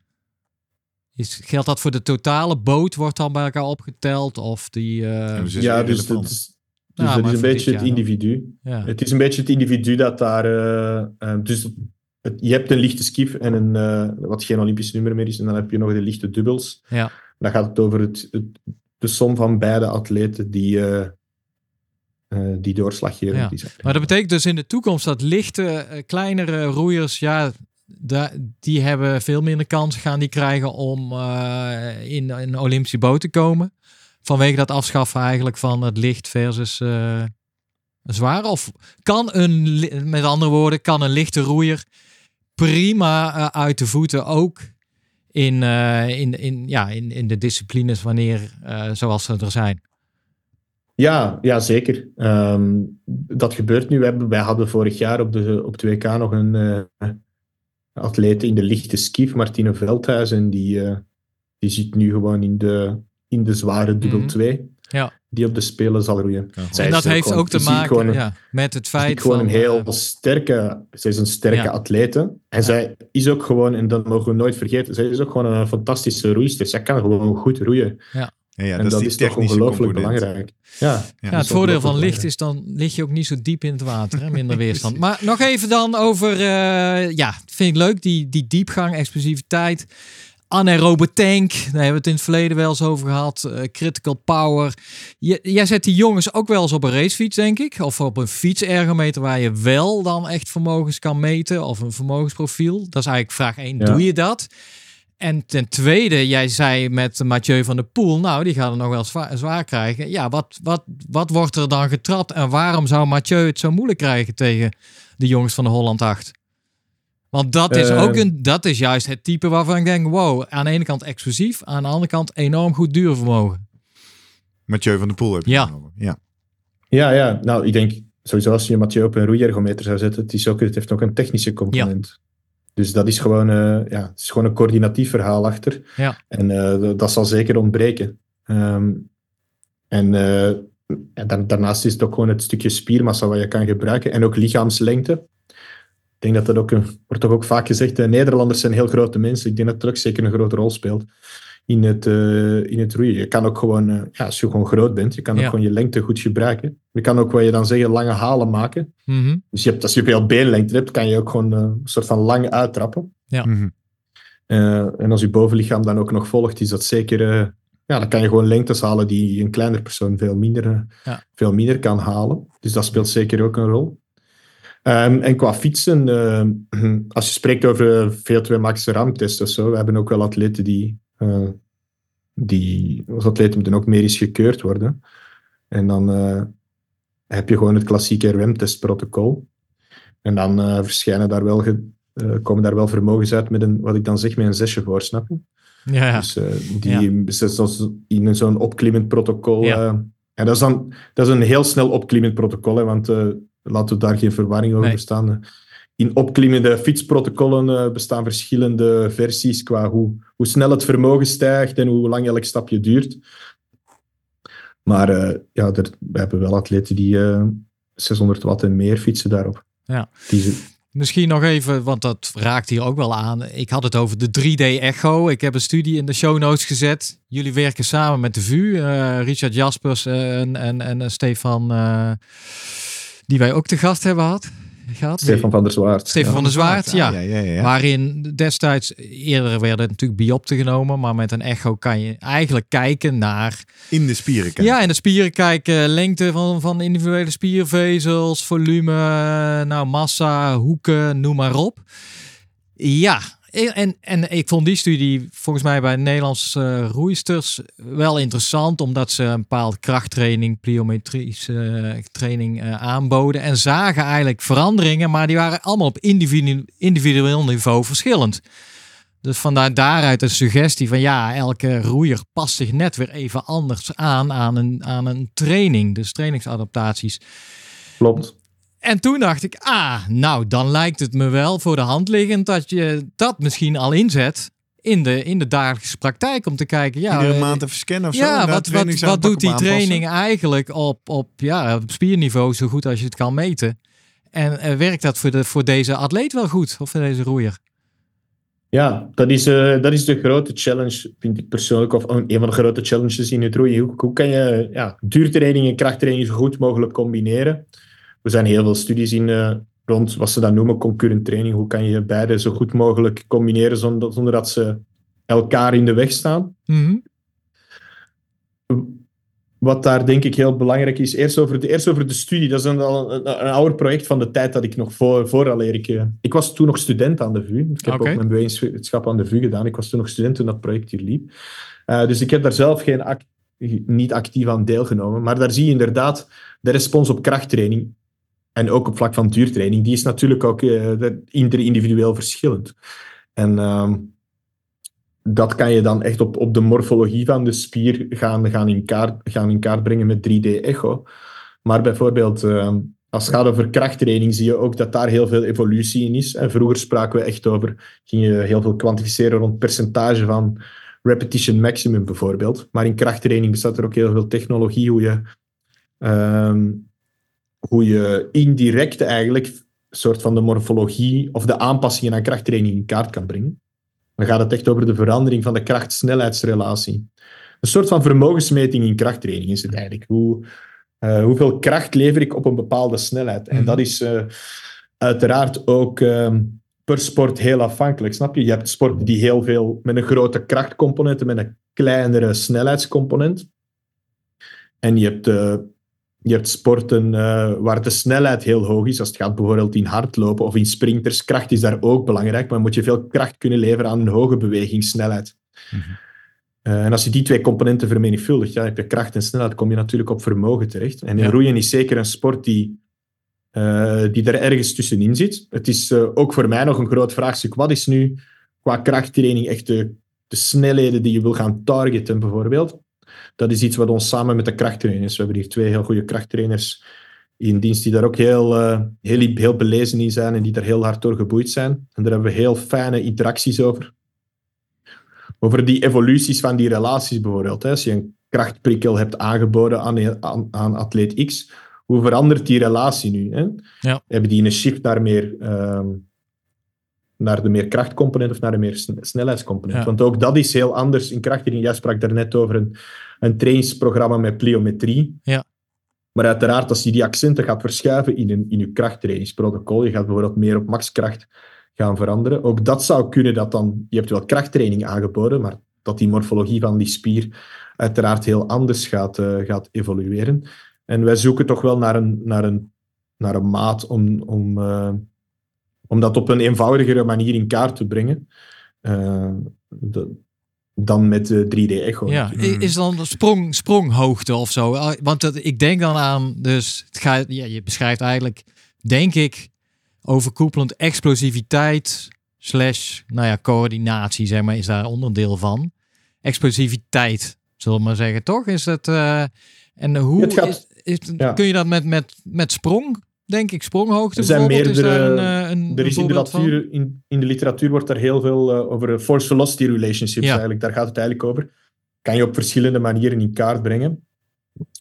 [SPEAKER 3] Is, geldt dat voor de totale boot, wordt dan bij elkaar opgeteld? Of die, eh,
[SPEAKER 2] Ja, dus is
[SPEAKER 1] Ja, dus
[SPEAKER 2] irrelevant.
[SPEAKER 1] dat is, dus
[SPEAKER 3] Ja,
[SPEAKER 1] dat
[SPEAKER 3] maar
[SPEAKER 1] is een
[SPEAKER 3] voor dit
[SPEAKER 1] beetje het
[SPEAKER 3] jaar dan.
[SPEAKER 1] individu.
[SPEAKER 3] ja.
[SPEAKER 1] Het is een beetje het individu dat daar... eh, eh, dus het, je hebt een lichte skif en een, eh, wat geen Olympisch nummer meer is, en dan heb je nog de lichte dubbels.
[SPEAKER 3] Ja.
[SPEAKER 1] Dan gaat het over het, het, de som van beide atleten die, eh, eh, die doorslaggevend
[SPEAKER 3] Ja.
[SPEAKER 1] is.
[SPEAKER 3] Maar dat betekent dus in de toekomst dat lichte, eh, kleinere roeiers, ja, da- die hebben veel minder kans gaan die krijgen om eh, in een Olympische boot te komen. Vanwege dat afschaffen eigenlijk van het licht versus eh zwaar. Of kan een, li- met andere woorden, kan een lichte roeier prima eh, uit de voeten ook in, eh, in, in, ja, in, in de disciplines wanneer, eh, zoals ze er zijn.
[SPEAKER 1] Ja, ja, zeker. Ehm, dat gebeurt nu. We hebben, wij hadden vorig jaar op, de, op het W K nog een uh, atleet in de lichte skief, Martine Veldhuis. En die, uh, die zit nu gewoon in de, in de zware dubbel
[SPEAKER 3] Mhm.
[SPEAKER 1] twee.
[SPEAKER 3] Ja.
[SPEAKER 1] Die op de Spelen zal roeien.
[SPEAKER 2] Ja,
[SPEAKER 1] Zij
[SPEAKER 3] En
[SPEAKER 1] is
[SPEAKER 3] dat
[SPEAKER 1] ook
[SPEAKER 3] heeft
[SPEAKER 1] gewoon
[SPEAKER 3] ook te
[SPEAKER 1] fysiek
[SPEAKER 3] maken
[SPEAKER 1] gewoon een-
[SPEAKER 3] ja, met het
[SPEAKER 1] Ze
[SPEAKER 3] feit
[SPEAKER 1] is gewoon
[SPEAKER 3] van...
[SPEAKER 1] een heel
[SPEAKER 3] eh,
[SPEAKER 1] sterke... Zij is een sterke
[SPEAKER 3] Ja.
[SPEAKER 1] atlete. En
[SPEAKER 3] Ja.
[SPEAKER 1] zij is ook gewoon, en dat mogen we nooit vergeten, zij is ook gewoon een fantastische roeister. Zij kan gewoon goed roeien.
[SPEAKER 2] Ja, ja,
[SPEAKER 1] En
[SPEAKER 2] dat,
[SPEAKER 1] dat
[SPEAKER 2] is
[SPEAKER 1] is
[SPEAKER 2] die
[SPEAKER 1] toch
[SPEAKER 2] technische
[SPEAKER 1] ongelooflijk
[SPEAKER 2] component.
[SPEAKER 1] belangrijk. Ja,
[SPEAKER 2] Ja,
[SPEAKER 3] Ja,
[SPEAKER 1] dat
[SPEAKER 3] het
[SPEAKER 1] is
[SPEAKER 3] voordeel van
[SPEAKER 1] ongelooflijk
[SPEAKER 3] licht is dan lig je ook niet zo diep in het water, hè? Minder weerstand. Maar nog even dan over, uh, ja, vind ik leuk, die, die diepgang, explosiviteit, anaerobe tank, daar hebben we het in het verleden wel eens over gehad, uh, critical power. J- jij zet die jongens ook wel eens op een racefiets, denk ik, of op een fietsergometer waar je wel dan echt vermogens kan meten, of een vermogensprofiel. Dat is eigenlijk vraag één,
[SPEAKER 1] Ja.
[SPEAKER 3] doe je dat? En ten tweede, jij zei met Mathieu van der Poel, nou, die gaat er nog wel zwaar, zwaar krijgen. Ja, wat, wat, wat wordt er dan getrapt en waarom zou Mathieu het zo moeilijk krijgen tegen de jongens van de Holland acht? Want dat is
[SPEAKER 1] Uh,
[SPEAKER 3] ook een, dat is juist het type waarvan ik denk, wow, aan de ene kant explosief, aan de andere kant enorm goed duurvermogen.
[SPEAKER 2] Mathieu van der Poel heb je
[SPEAKER 3] Ja.
[SPEAKER 2] genomen. Ja.
[SPEAKER 1] Ja, ja, nou, ik denk sowieso als je Mathieu op een roeiergometer zou zetten, het, is ook, het heeft ook een technische component. Dus dat is gewoon, uh, ja, het is gewoon een coördinatief verhaal achter.
[SPEAKER 3] Ja.
[SPEAKER 1] En uh, dat zal zeker ontbreken. Um, en uh, en dan, daarnaast is het ook gewoon het stukje spiermassa wat je kan gebruiken. En ook lichaamslengte. Ik denk dat dat ook, een, wordt toch ook vaak gezegd, de Nederlanders zijn heel grote mensen. Ik denk dat dat ook zeker een grote rol speelt in het, uh, in het roeien. Je kan ook gewoon, uh, ja, als je gewoon groot bent, je kan ook
[SPEAKER 3] Ja.
[SPEAKER 1] gewoon je lengte goed gebruiken. Je kan ook, wat je dan zeggen, lange halen maken.
[SPEAKER 3] Mm-hmm.
[SPEAKER 1] Dus je hebt, als je veel beenlengte hebt, kan je ook gewoon uh, een soort van lang uittrappen.
[SPEAKER 3] Ja.
[SPEAKER 2] Mm-hmm.
[SPEAKER 1] Uh, en als je bovenlichaam dan ook nog volgt, is dat zeker... Uh, ja, dan kan je gewoon lengtes halen die een kleiner persoon veel minder, uh,
[SPEAKER 3] Ja.
[SPEAKER 1] veel minder kan halen. Dus dat speelt zeker ook een rol. Um, en qua fietsen, uh, als je spreekt over V O twee max ramtest of zo, we hebben ook wel atleten die... Uh, die als atleten moeten ook medisch gekeurd worden. En dan uh, heb je gewoon het klassieke R W M-testprotocol. En dan uh, verschijnen daar wel... Ge- Uh, komen daar wel vermogens uit met een, wat ik dan zeg, met een zesje voor, snap je?
[SPEAKER 3] Ja, ja.
[SPEAKER 1] Dus uh, die ja. zoals in zo'n opklimmend protocol. Ja. Uh, en dat is dan dat is een heel snel opklimmend protocol, hè, want uh, laten we daar geen verwarring over
[SPEAKER 3] nee.
[SPEAKER 1] bestaan. In opklimmende fietsprotocollen uh, bestaan verschillende versies qua hoe, hoe snel het vermogen stijgt en hoe lang elk stapje duurt. Maar uh, ja, er, we hebben wel atleten die uh, zeshonderd watt en meer fietsen daarop.
[SPEAKER 3] Ja.
[SPEAKER 1] Die,
[SPEAKER 3] Misschien nog even, want dat raakt hier ook wel aan. Ik had het over de drie D Echo. Ik heb een studie in de show notes gezet. Jullie werken samen met de V U. Uh, Richard Jaspers uh, en, en, en Stefan, uh, die wij ook te gast hebben gehad. Gehad.
[SPEAKER 1] Stefan van der Zwaard.
[SPEAKER 3] Stefan ja. van der Zwaard, ja.
[SPEAKER 2] Ja, ja, ja, ja.
[SPEAKER 3] Waarin destijds, eerder werden natuurlijk biopten genomen, maar met een echo kan je eigenlijk kijken naar...
[SPEAKER 2] In de spieren kijken.
[SPEAKER 3] Ja, in de spieren kijken, lengte van, van individuele spiervezels, volume, nou, massa, hoeken, noem maar op. Ja, en, en ik vond die studie volgens mij bij Nederlandse uh, roeisters wel interessant, omdat ze een bepaalde krachttraining, pliometrische uh, training uh, aanboden en zagen eigenlijk veranderingen, maar die waren allemaal op individu- individueel niveau verschillend. Dus vandaar daaruit de suggestie van ja, elke roeier past zich net weer even anders aan aan een, aan een training, dus trainingsadaptaties.
[SPEAKER 1] Klopt.
[SPEAKER 3] En toen dacht ik, ah, nou dan lijkt het me wel voor de hand liggend dat je dat misschien al inzet in de, in de dagelijkse praktijk om te kijken. Ja,
[SPEAKER 2] Iedere maand even scannen of zo.
[SPEAKER 3] Ja, wat, wat, wat doet die training eigenlijk op, op, ja, op spierniveau zo goed als je het kan meten? En uh, werkt dat voor, de, voor deze atleet wel goed of voor deze roeier?
[SPEAKER 1] Ja, dat is, uh, dat is de grote challenge, vind ik persoonlijk, of een van de grote challenges in het roeien. Hoe, hoe kan je ja, duurtraining en krachttraining zo goed mogelijk combineren? Er zijn heel veel studies in uh, rond wat ze dan noemen concurrent training. Hoe kan je beide zo goed mogelijk combineren zonder, zonder dat ze elkaar in de weg staan?
[SPEAKER 3] Mm-hmm.
[SPEAKER 1] Wat daar denk ik heel belangrijk is, eerst over de, eerst over de studie. Dat is een, een, een, een ouder project van de tijd dat ik nog voor, vooraleer ik... Uh, ik was toen nog student aan de V U. Ik heb
[SPEAKER 3] okay.
[SPEAKER 1] ook mijn bewegingswetenschap aan de V U gedaan. Ik was toen nog student toen dat project hier liep. Uh, dus ik heb daar zelf geen act, niet actief aan deelgenomen. Maar daar zie je inderdaad de respons op krachttraining. En ook op vlak van duurtraining. Die is natuurlijk ook uh, individueel verschillend. En... Uh, dat kan je dan echt op, op de morfologie van de spier gaan, gaan, in kaart, gaan in kaart brengen met drie D echo. Maar bijvoorbeeld, uh, als het gaat over krachttraining, zie je ook dat daar heel veel evolutie in is. En vroeger spraken we echt over, ging je heel veel kwantificeren rond percentage van repetition maximum bijvoorbeeld. Maar in krachttraining bestaat er ook heel veel technologie, hoe je, um, hoe je indirect eigenlijk een soort van de morfologie of de aanpassingen aan krachttraining in kaart kan brengen. Dan gaat het echt over de verandering van de kracht-snelheidsrelatie. Een soort van vermogensmeting in krachttraining is het eigenlijk. Hoe, uh, hoeveel kracht lever ik op een bepaalde snelheid? En dat is uh, uiteraard ook uh, per sport heel afhankelijk, snap je? Je hebt sporten die heel veel met een grote krachtcomponent en met een kleinere snelheidscomponent. En je hebt, uh, je hebt sporten uh, waar de snelheid heel hoog is. Als het gaat bijvoorbeeld in hardlopen of in sprinters. Kracht is daar ook belangrijk, maar moet je veel kracht kunnen leveren aan een hoge bewegingssnelheid. Mm-hmm. Uh, en als je die twee componenten vermenigvuldigt, ja, heb je kracht en snelheid, kom je natuurlijk op vermogen terecht. En ja. roeien is zeker een sport die, uh, die er ergens tussenin zit. Het is uh, ook voor mij nog een groot vraagstuk. Wat is nu qua krachttraining echt de, de snelheden die je wil gaan targeten, bijvoorbeeld? Dat is iets wat ons samen met de krachttrainers... We hebben hier twee heel goede krachttrainers in dienst die daar ook heel, uh, heel, heel belezen in zijn en die daar heel hard door geboeid zijn. En daar hebben we heel fijne interacties over. Over die evoluties van die relaties bijvoorbeeld. Hè. Als je een krachtprikkel hebt aangeboden aan, aan, aan atleet X, hoe verandert die relatie nu? Hè?
[SPEAKER 3] Ja.
[SPEAKER 1] Hebben die een shift naar meer... Um, naar de meer krachtcomponent of naar de meer snelheidscomponent. Ja. Want ook dat is heel anders in krachttraining. Jij sprak daarnet over een, een trainingsprogramma met pliometrie.
[SPEAKER 3] Ja.
[SPEAKER 1] Maar uiteraard, als je die accenten gaat verschuiven in, een, in je krachttrainingsprotocol, je gaat bijvoorbeeld meer op maxkracht gaan veranderen. Ook dat zou kunnen dat dan... Je hebt wel krachttraining aangeboden, maar dat die morfologie van die spier uiteraard heel anders gaat, uh, gaat evolueren. En wij zoeken toch wel naar een, naar een, naar een maat om... om uh, om dat op een eenvoudigere manier in kaart te brengen uh, de, dan met de drie D echo.
[SPEAKER 3] Ja, is dan sprong, spronghoogte of zo? Want dat, ik denk dan aan, dus het gaat, ja, je beschrijft eigenlijk, denk ik, overkoepelend explosiviteit slash, nou ja, coördinatie, zeg maar, is daar onderdeel van. Explosiviteit, zullen we maar zeggen, toch? Is dat, uh, en hoe gaat, is, is, ja. kun je dat met, met, met sprong... Denk ik, spronghoogte
[SPEAKER 1] er zijn
[SPEAKER 3] bijvoorbeeld,
[SPEAKER 1] meerdere,
[SPEAKER 3] is daar een, een,
[SPEAKER 1] er is
[SPEAKER 3] een
[SPEAKER 1] in, de literatuur, in, in de literatuur wordt daar heel veel uh, over force-velocity relationships ja. eigenlijk. Daar gaat het eigenlijk over. Kan je op verschillende manieren in kaart brengen.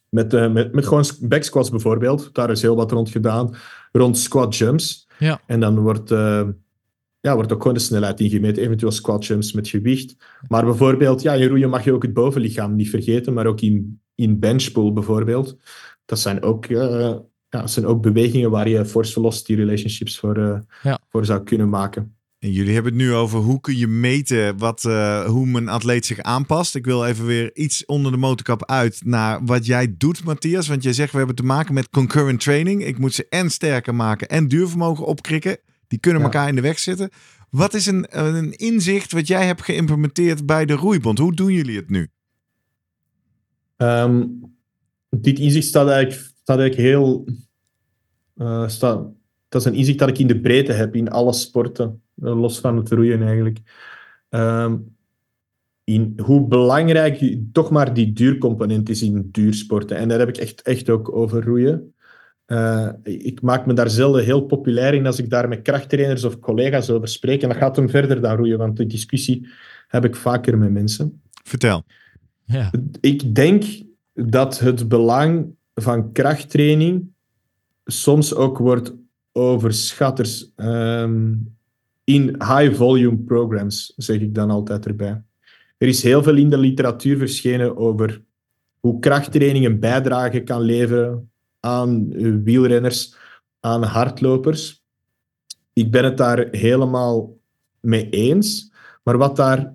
[SPEAKER 1] Met, uh, met, met gewoon back squats bijvoorbeeld. Daar is heel wat rond gedaan. Rond squat jumps.
[SPEAKER 3] Ja.
[SPEAKER 1] En dan wordt, uh, ja, wordt ook gewoon de snelheid ingemeten. Eventueel squat jumps met gewicht. Maar bijvoorbeeld, ja, in roeien mag je ook het bovenlichaam niet vergeten. Maar ook in, in benchpull bijvoorbeeld. Dat zijn ook, uh, ja, dat zijn ook bewegingen waar je force-velocity relationships voor, uh, ja. voor zou kunnen maken.
[SPEAKER 2] En jullie hebben het nu over hoe kun je meten wat, uh, hoe mijn atleet zich aanpast. Ik wil even weer iets onder de motorkap uit naar wat jij doet, Matthias. Want jij zegt we hebben te maken met concurrent training. Ik moet ze en sterker maken en duurvermogen opkrikken. Die kunnen ja. elkaar in de weg zitten. Wat is een, een inzicht wat jij hebt geïmplementeerd bij de Roeibond? Hoe doen jullie het nu?
[SPEAKER 1] Um, dit inzicht staat eigenlijk, staat eigenlijk heel... Uh, staat, dat is een inzicht dat ik in de breedte heb, in alle sporten. Los van het roeien eigenlijk. Um, in hoe belangrijk toch maar die duurcomponent is in duursporten. En daar heb ik echt, echt ook over roeien. Uh, ik maak me daar zelden heel populair in als ik daar met krachttrainers of collega's over spreek. En dat gaat hem verder dan roeien, want die discussie heb ik vaker met mensen.
[SPEAKER 2] Vertel.
[SPEAKER 3] Ja.
[SPEAKER 1] Ik denk dat het belang van krachttraining soms ook wordt overschat. Um, in high-volume programs, zeg ik dan altijd erbij. Er is heel veel in de literatuur verschenen over hoe krachttraining een bijdrage kan leveren aan wielrenners, aan hardlopers. Ik ben het daar helemaal mee eens. Maar wat daar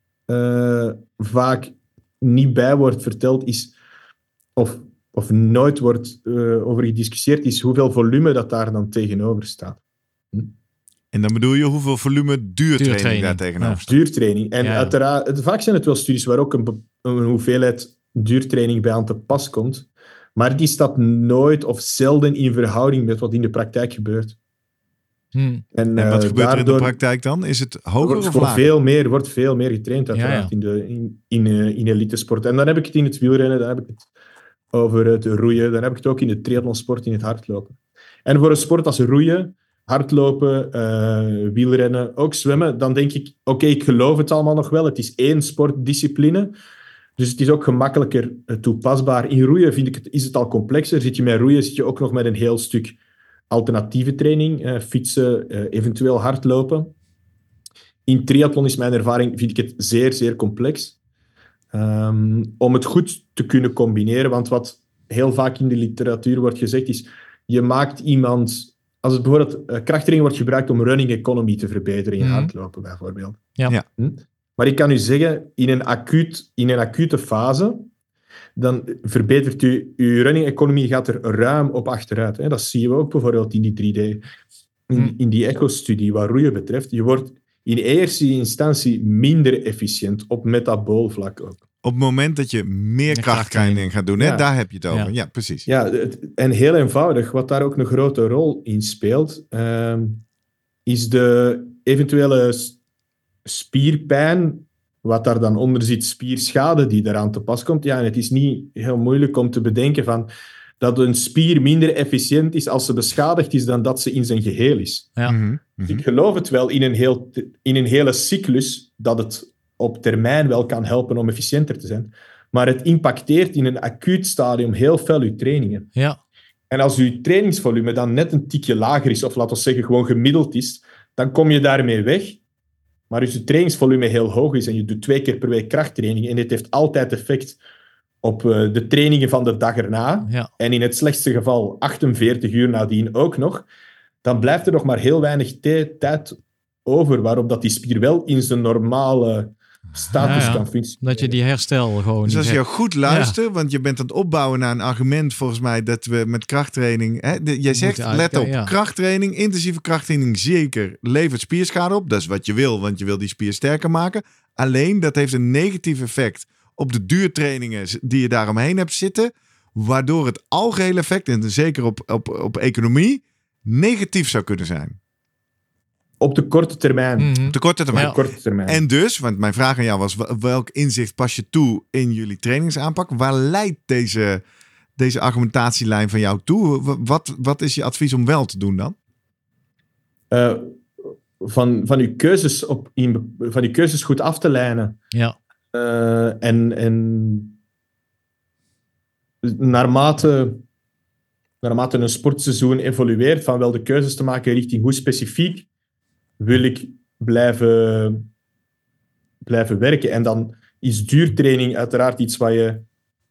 [SPEAKER 1] uh, vaak niet bij wordt verteld is, of, of nooit wordt uh, over gediscussieerd, is hoeveel volume dat daar dan tegenover staat. Hm?
[SPEAKER 2] En dan bedoel je hoeveel volume duurtraining,
[SPEAKER 3] duurtraining.
[SPEAKER 2] daar tegenover
[SPEAKER 1] staat? Duurtraining. En ja, ja. uiteraard, vaak zijn het wel studies waar ook een, een hoeveelheid duurtraining bij aan te pas komt. Maar die staat nooit of zelden in verhouding met wat in de praktijk gebeurt.
[SPEAKER 3] Hmm.
[SPEAKER 2] En, en wat uh, gebeurt er in de praktijk dan? Is het hoger
[SPEAKER 1] wordt
[SPEAKER 2] of lager?
[SPEAKER 1] Veel meer, wordt veel meer getraind uiteraard ja, ja. in, de, in, in, uh, in elitesport. En dan heb ik het in het wielrennen, dan heb ik het over het roeien, dan heb ik het ook in de triathlonsport, in het hardlopen. En voor een sport als roeien, hardlopen, uh, wielrennen, ook zwemmen, dan denk ik, oké, okay, ik geloof het allemaal nog wel. Het is één sportdiscipline, dus het is ook gemakkelijker uh, toepasbaar. In roeien vind ik het, is het al complexer. Zit je met roeien, zit je ook nog met een heel stuk alternatieve training, uh, fietsen, uh, eventueel hardlopen. In triathlon is mijn ervaring, vind ik het zeer, zeer complex. Um, om het goed te kunnen combineren, want wat heel vaak in de literatuur wordt gezegd is, je maakt iemand... Als het bijvoorbeeld uh, krachttraining wordt gebruikt om running economy te verbeteren in mm. hardlopen, bijvoorbeeld.
[SPEAKER 3] Ja. Ja.
[SPEAKER 1] Hm? Maar ik kan u zeggen, in een, acuut, in een acute fase, dan verbetert u... Uw running economy gaat er ruim op achteruit. Hè? Dat zien we ook bijvoorbeeld in die drie D. In, mm. in die echo-studie, wat roeien betreft. Je wordt in eerste instantie minder efficiënt op metabool vlak ook.
[SPEAKER 2] Op het moment dat je meer krachttraining gaat doen, hè? Ja. Daar heb je het over. Ja, ja precies.
[SPEAKER 1] Ja, het, en heel eenvoudig, wat daar ook een grote rol in speelt, um, is de eventuele spierpijn, wat daar dan onder zit, spierschade die daaraan te pas komt. Ja, en het is niet heel moeilijk om te bedenken van dat een spier minder efficiënt is als ze beschadigd is dan dat ze in zijn geheel is.
[SPEAKER 3] Ja.
[SPEAKER 2] Mm-hmm.
[SPEAKER 1] Dus ik geloof het wel in een, heel, in een hele cyclus dat het op termijn wel kan helpen om efficiënter te zijn. Maar het impacteert in een acuut stadium heel veel uw trainingen.
[SPEAKER 3] Ja.
[SPEAKER 1] En als uw trainingsvolume dan net een tikje lager is, of laten we zeggen gewoon gemiddeld is, dan kom je daarmee weg. Maar als je trainingsvolume heel hoog is en je doet twee keer per week krachttraining en dit heeft altijd effect op uh, de trainingen van de dag erna,
[SPEAKER 3] ja.
[SPEAKER 1] en in het slechtste geval achtenveertig uur nadien ook nog, dan blijft er nog maar heel weinig t- tijd over waarop dat die spier wel in zijn normale status ja, ja. kan functioneren.
[SPEAKER 3] Dat je die herstel gewoon...
[SPEAKER 2] Dus als je
[SPEAKER 3] hebt.
[SPEAKER 2] goed luistert, ja. want je bent aan het opbouwen naar een argument volgens mij dat we met krachttraining... Hè, de, jij zegt, let op, ja. krachttraining, intensieve krachttraining zeker levert spierschade op. Dat is wat je wil, want je wil die spier sterker maken. Alleen, dat heeft een negatief effect op de duurtrainingen die je daaromheen hebt zitten, waardoor het algehele effect, en zeker op, op, op economie, negatief zou kunnen zijn.
[SPEAKER 1] Op de korte termijn.
[SPEAKER 2] Mm-hmm. Op de korte termijn.
[SPEAKER 1] Ja. korte termijn.
[SPEAKER 2] En dus, want mijn vraag aan jou was, welk inzicht pas je toe in jullie trainingsaanpak? Waar leidt deze, deze argumentatielijn van jou toe? Wat, wat is je advies om wel te doen dan?
[SPEAKER 1] Uh, van, van, uw keuzes op, in, van uw keuzes goed af te lijnen.
[SPEAKER 3] Ja.
[SPEAKER 1] Uh, en, en naarmate, naarmate een sportseizoen evolueert, van wel de keuzes te maken richting hoe specifiek wil ik blijven, blijven werken. En dan is duurtraining uiteraard iets wat je,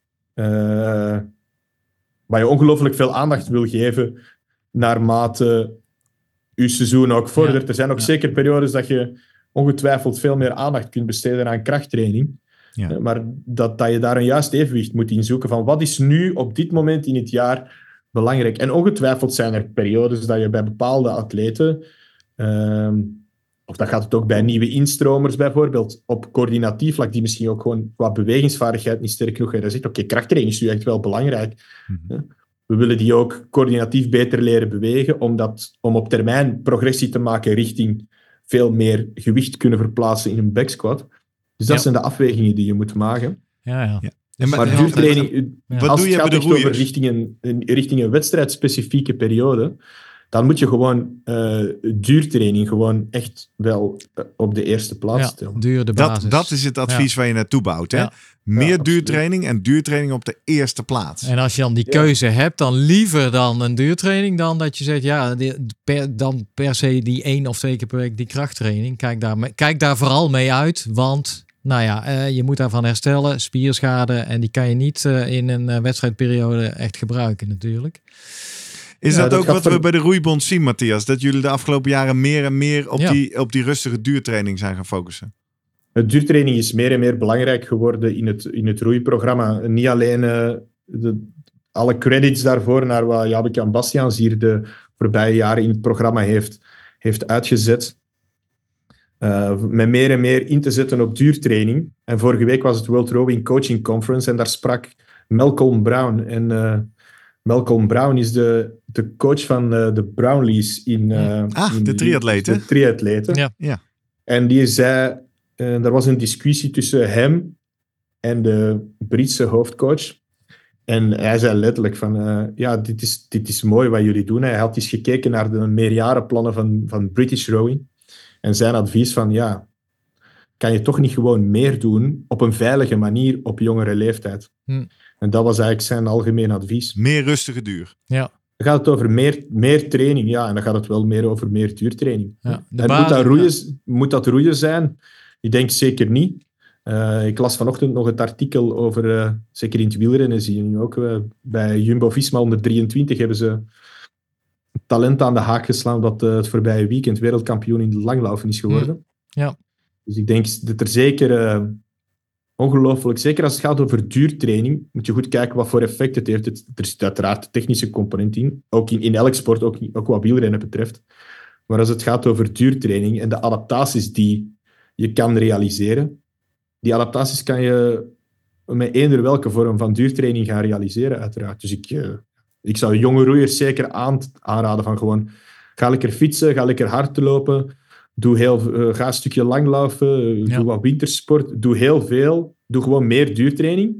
[SPEAKER 1] uh, waar je ongelooflijk veel aandacht wil geven naarmate je seizoen ook vordert. Ja, er zijn ook ja. zeker periodes dat je ongetwijfeld veel meer aandacht kunt besteden aan krachttraining. Ja. Maar dat, dat je daar een juist evenwicht moet in zoeken van wat is nu op dit moment in het jaar belangrijk. En ongetwijfeld zijn er periodes dat je bij bepaalde atleten, um, of dat gaat het ook bij nieuwe instromers bijvoorbeeld, op coördinatief vlak, die misschien ook gewoon qua bewegingsvaardigheid niet sterk genoeg hebben. Dan zegt, oké, okay, krachttraining is nu echt wel belangrijk. Mm-hmm. We willen die ook coördinatief beter leren bewegen, om, dat, om op termijn progressie te maken richting veel meer gewicht kunnen verplaatsen in een backsquat. Dus dat ja. zijn de afwegingen die je moet maken.
[SPEAKER 3] Ja, ja. ja.
[SPEAKER 1] Ja, maar maar duurtraining, ja.
[SPEAKER 2] Wat
[SPEAKER 1] als
[SPEAKER 2] doe je
[SPEAKER 1] het gaat
[SPEAKER 2] bij de roeiers?
[SPEAKER 1] over richting een, richting een wedstrijdspecifieke periode, dan moet je gewoon uh, duurtraining gewoon echt wel op de eerste plaats
[SPEAKER 3] ja,
[SPEAKER 1] stellen.
[SPEAKER 3] Duur de basis.
[SPEAKER 2] Dat, dat is het advies ja. waar je naartoe bouwt. Hè? Ja. Meer ja, duurtraining en duurtraining op de eerste plaats.
[SPEAKER 3] En als je dan die keuze ja. hebt, dan liever dan een duurtraining dan dat je zegt, ja, per, dan per se die één of twee keer per week die krachttraining. Kijk daar, kijk daar vooral mee uit, want nou ja, uh, je moet daarvan herstellen, spierschade, en die kan je niet uh, in een uh, wedstrijdperiode echt gebruiken natuurlijk.
[SPEAKER 2] Is ja, dat, dat ook wat ver... we bij de Roeibond zien, Matthias? Dat jullie de afgelopen jaren meer en meer op, ja. die, op die rustige duurtraining zijn gaan focussen?
[SPEAKER 1] Het duurtraining is meer en meer belangrijk geworden in het, in het roeiprogramma. Niet alleen uh, de, alle credits daarvoor naar wat Jabeke Bastiaans hier de voorbije jaren in het programma heeft, heeft uitgezet. Uh, met meer en meer in te zetten op duurtraining. En vorige week was het World Rowing Coaching Conference en daar sprak Malcolm Brown. En uh, Malcolm Brown is de, de coach van uh, de Brownlees in... Uh,
[SPEAKER 2] ah,
[SPEAKER 1] in
[SPEAKER 2] de triatleten.
[SPEAKER 1] De triatleten.
[SPEAKER 3] Ja.
[SPEAKER 1] ja. En die zei... Uh, er was een discussie tussen hem en de Britse hoofdcoach. En hij zei letterlijk van... Uh, ja, dit is, dit is mooi wat jullie doen. Hij had eens gekeken naar de meerjarenplannen van, van British Rowing. En zijn advies van... ja, kan je toch niet gewoon meer doen op een veilige manier op jongere leeftijd? Hm. En dat was eigenlijk zijn algemeen advies.
[SPEAKER 2] Meer rustige duur.
[SPEAKER 3] Ja.
[SPEAKER 1] Dan gaat het over meer, meer training. Ja, en dan gaat het wel meer over meer duurtraining.
[SPEAKER 3] Ja,
[SPEAKER 1] en
[SPEAKER 3] basis,
[SPEAKER 1] moet, dat roeien,
[SPEAKER 3] ja.
[SPEAKER 1] moet dat roeien zijn? Ik denk zeker niet. Uh, ik las vanochtend nog het artikel over... Uh, zeker in het wielrennen zie je nu ook. Uh, bij Jumbo-Visma onder drieëntwintig hebben ze talent aan de haak geslaan dat uh, het voorbije weekend wereldkampioen in de langlaufen is geworden.
[SPEAKER 3] Mm. Ja.
[SPEAKER 1] Dus ik denk dat er zeker... Uh, ongelooflijk, zeker als het gaat over duurtraining, moet je goed kijken wat voor effect het heeft. Het, er zit uiteraard de technische component in, ook in, in elk sport, ook, ook wat wielrennen betreft. Maar als het gaat over duurtraining en de adaptaties die je kan realiseren, die adaptaties kan je met eender welke vorm van duurtraining gaan realiseren, uiteraard. Dus ik, uh, ik zou jonge roeiers zeker aan, aanraden van gewoon, ga lekker fietsen, ga lekker hard lopen, doe heel, uh, ga een stukje langlaufen, uh, ja. doe wat wintersport, doe heel veel, doe gewoon meer duurtraining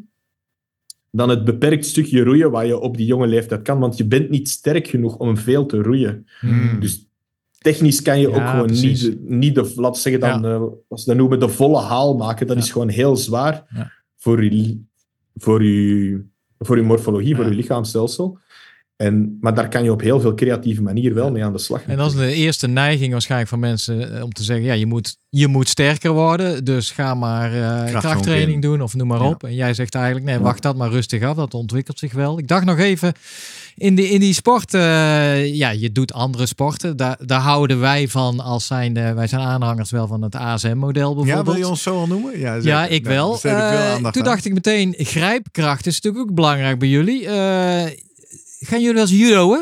[SPEAKER 1] dan het beperkt stukje roeien wat je op die jonge leeftijd kan, want je bent niet sterk genoeg om veel te roeien.
[SPEAKER 3] Hmm.
[SPEAKER 1] Dus technisch kan je
[SPEAKER 3] ja,
[SPEAKER 1] ook gewoon
[SPEAKER 3] precies.
[SPEAKER 1] niet, de, niet de, laten zeggen dan, ja. uh, als ze dat noemen, de volle haal maken. Dat ja. is gewoon heel zwaar
[SPEAKER 3] ja.
[SPEAKER 1] voor, je, voor, je, voor je morfologie, ja. voor je lichaamsstelsel. En, maar daar kan je op heel veel creatieve manier wel mee aan de slag.
[SPEAKER 3] En dat is de eerste neiging waarschijnlijk van mensen om te zeggen, ja, je moet, je moet sterker worden, dus ga maar uh, krachttraining doen of noem maar op. Ja. En jij zegt eigenlijk, nee, wacht dat maar rustig af, dat ontwikkelt zich wel. Ik dacht nog even, in die, in die sport, uh, ja, je doet andere sporten, daar, daar houden wij van als zijnde, wij zijn aanhangers wel van het A S M-model bijvoorbeeld.
[SPEAKER 2] Ja, wil je ons zo al noemen? Ja,
[SPEAKER 3] ja ik
[SPEAKER 2] daar
[SPEAKER 3] wel. Uh, toen
[SPEAKER 2] aan.
[SPEAKER 3] dacht ik meteen, grijpkracht is natuurlijk ook belangrijk bij jullie. Uh, Gaan jullie als judoën?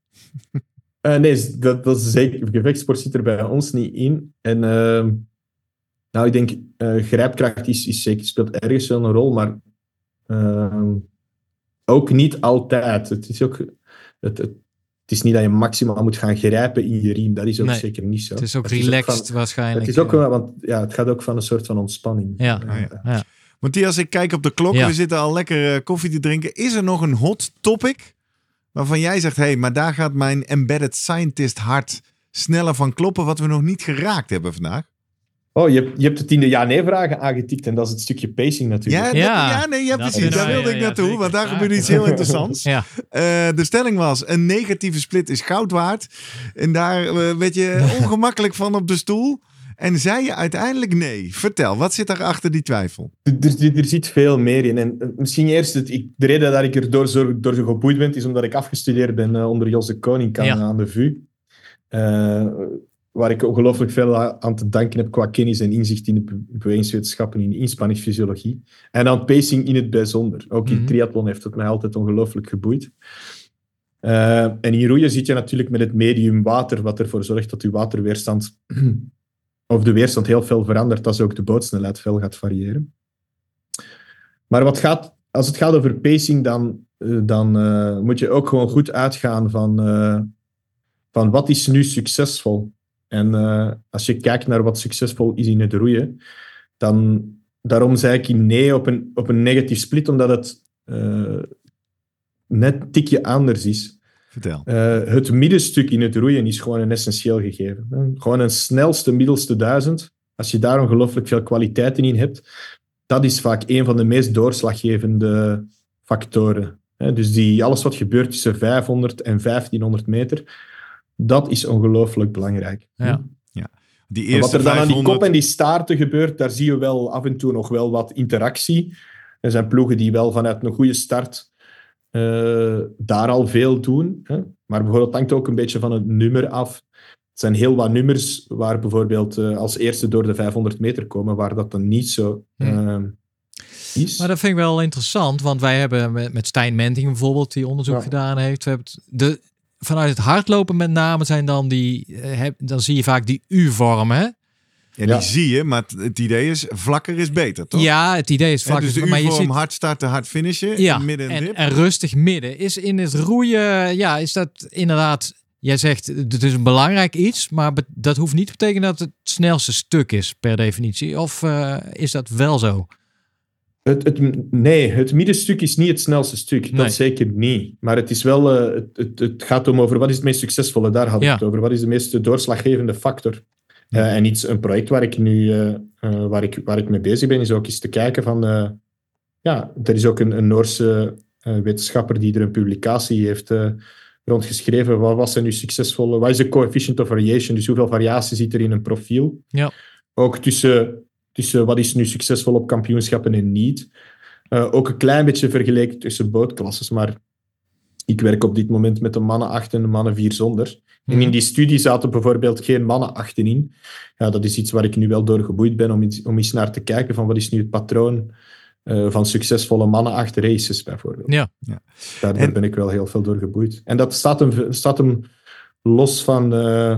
[SPEAKER 1] Uh, nee, dat, dat is zeker. Gevechtsport zit er bij ons niet in. En uh, nou, ik denk, uh, grijpkracht is, is zeker, speelt ergens wel een rol, maar uh, ook niet altijd. Het is ook, het, het, het is niet dat je maximaal moet gaan grijpen in je riem. Dat is ook nee, zeker niet zo.
[SPEAKER 3] Het is ook het relaxed is ook van, waarschijnlijk.
[SPEAKER 1] Het is ook wel, want ja, het gaat ook van een soort van ontspanning.
[SPEAKER 3] Ja,
[SPEAKER 1] uh,
[SPEAKER 3] ja. ja.
[SPEAKER 2] Matthias, ik kijk op de klok. Ja. We zitten al lekker uh, koffie te drinken. Is er nog een hot topic waarvan jij zegt, hé, hey, maar daar gaat mijn embedded scientist hart sneller van kloppen, wat we nog niet geraakt hebben vandaag?
[SPEAKER 1] Oh, je hebt, je hebt het in de ja-nee-vragen aangetikt en dat is het stukje pacing natuurlijk.
[SPEAKER 2] Ja, dat,
[SPEAKER 3] Ja,
[SPEAKER 2] ja, nee, ja
[SPEAKER 3] dat
[SPEAKER 2] precies.
[SPEAKER 3] is-
[SPEAKER 2] Daar wilde
[SPEAKER 3] ja,
[SPEAKER 2] ik
[SPEAKER 3] ja,
[SPEAKER 2] naartoe,
[SPEAKER 3] zeker.
[SPEAKER 2] want daar
[SPEAKER 3] Ja.
[SPEAKER 2] gebeurt iets heel interessants.
[SPEAKER 3] Ja.
[SPEAKER 2] Uh, de stelling was, een negatieve split is goud waard. En daar uh, werd je ongemakkelijk van op de stoel. En zei je uiteindelijk nee. Vertel, wat zit daar achter die twijfel?
[SPEAKER 1] Er, er, er zit veel meer in. En misschien eerst, het, ik, de reden dat ik er door zo, door zo geboeid ben, is omdat ik afgestudeerd ben uh, onder Jos de Koning aan,
[SPEAKER 3] Ja.
[SPEAKER 1] aan de V U. Uh, waar ik ongelooflijk veel aan te danken heb qua kennis en inzicht in de be- bewegingswetenschappen, in inspanningsfysiologie. En aan pacing in het bijzonder. Ook in
[SPEAKER 3] Mhm.
[SPEAKER 1] triathlon heeft het mij altijd ongelooflijk geboeid. Uh, en in roeien zit je natuurlijk met het medium water, wat ervoor zorgt dat je waterweerstand of de weerstand heel veel verandert, als ook de bootsnelheid veel gaat variëren. Maar wat gaat, als het gaat over pacing, dan, uh, dan uh, moet je ook gewoon goed uitgaan van, uh, van wat is nu succesvol. En uh, als je kijkt naar wat succesvol is in het roeien, dan daarom zei ik nee op een, op een negatief split, omdat het uh, net een tikje anders is.
[SPEAKER 2] Vertel.
[SPEAKER 1] Uh, het middenstuk in het roeien is gewoon een essentieel gegeven. Hè? Gewoon een snelste, middelste duizend. Als je daar ongelooflijk veel kwaliteiten in hebt, dat is vaak een van de meest doorslaggevende factoren. Hè? Dus die, alles wat gebeurt tussen vijfhonderd en vijftienhonderd meter, dat is ongelooflijk belangrijk.
[SPEAKER 3] Ja.
[SPEAKER 2] Die
[SPEAKER 1] En
[SPEAKER 2] eerste
[SPEAKER 1] wat er dan aan die
[SPEAKER 2] vijfhonderd...
[SPEAKER 1] kop en die staarten gebeurt, daar zie je wel af en toe nog wel wat interactie. Er zijn ploegen die wel vanuit een goede start uh, daar al veel doen. Hè? Maar bijvoorbeeld hangt ook een beetje van het nummer af. Het zijn heel wat nummers waar bijvoorbeeld uh, als eerste door de vijfhonderd meter komen, waar dat dan niet zo uh, is.
[SPEAKER 3] Maar dat vind ik wel interessant, want wij hebben met, met Stijn Menting bijvoorbeeld, die onderzoek
[SPEAKER 1] Ja.
[SPEAKER 3] gedaan heeft. We hebben het, de, vanuit het hardlopen met name zijn dan die, uh, heb, dan zie je vaak die U-vorm, hè?
[SPEAKER 2] Ja, die
[SPEAKER 1] Ja.
[SPEAKER 2] zie je, maar het, het idee is, vlakker is beter, toch?
[SPEAKER 3] Ja, het idee is
[SPEAKER 2] Hè,
[SPEAKER 3] vlak.
[SPEAKER 2] dus de
[SPEAKER 3] maar je
[SPEAKER 2] U-vorm,
[SPEAKER 3] ziet,
[SPEAKER 2] hard starten, hard finishen,
[SPEAKER 3] ja,
[SPEAKER 2] in midden en
[SPEAKER 3] en,
[SPEAKER 2] dip.
[SPEAKER 3] en rustig midden. Is in het roeien, ja, is dat inderdaad, jij zegt, het is een belangrijk iets, maar be- dat hoeft niet te betekenen dat het het snelste stuk is, per definitie. Of uh, is dat wel zo?
[SPEAKER 1] Het, het, nee, het middenstuk is niet het snelste stuk.
[SPEAKER 3] Nee.
[SPEAKER 1] Dat zeker niet. Maar het is wel... Uh, het, het, het gaat om over wat is het meest succesvolle. Daar had ik
[SPEAKER 3] Ja.
[SPEAKER 1] het over. Wat is de meest doorslaggevende factor?
[SPEAKER 3] Ja.
[SPEAKER 1] Uh, en iets, een project waar ik nu uh, uh, waar ik, waar ik mee bezig ben, is ook eens te kijken van... Uh, ja, er is ook een, een Noorse uh, wetenschapper die er een publicatie heeft uh, rondgeschreven. Wat was er nu succesvolle... Wat is de coefficient of variation? Dus hoeveel variatie zit er in een profiel?
[SPEAKER 3] Ja.
[SPEAKER 1] Ook tussen... tussen wat is nu succesvol op kampioenschappen en niet. Uh, ook een klein beetje vergeleken tussen bootklasses, maar ik werk op dit moment met de mannen acht en de mannen vier zonder.
[SPEAKER 3] Hmm.
[SPEAKER 1] En in die studie zaten bijvoorbeeld geen mannen achten in. Ja, dat is iets waar ik nu wel door geboeid ben, om, iets, om eens naar te kijken van wat is nu het patroon uh, van succesvolle mannen acht races, bijvoorbeeld.
[SPEAKER 3] Ja.
[SPEAKER 2] Ja.
[SPEAKER 1] Daar, daar
[SPEAKER 2] En-
[SPEAKER 1] ben ik wel heel veel door geboeid. En dat staat hem, staat hem los van... Uh,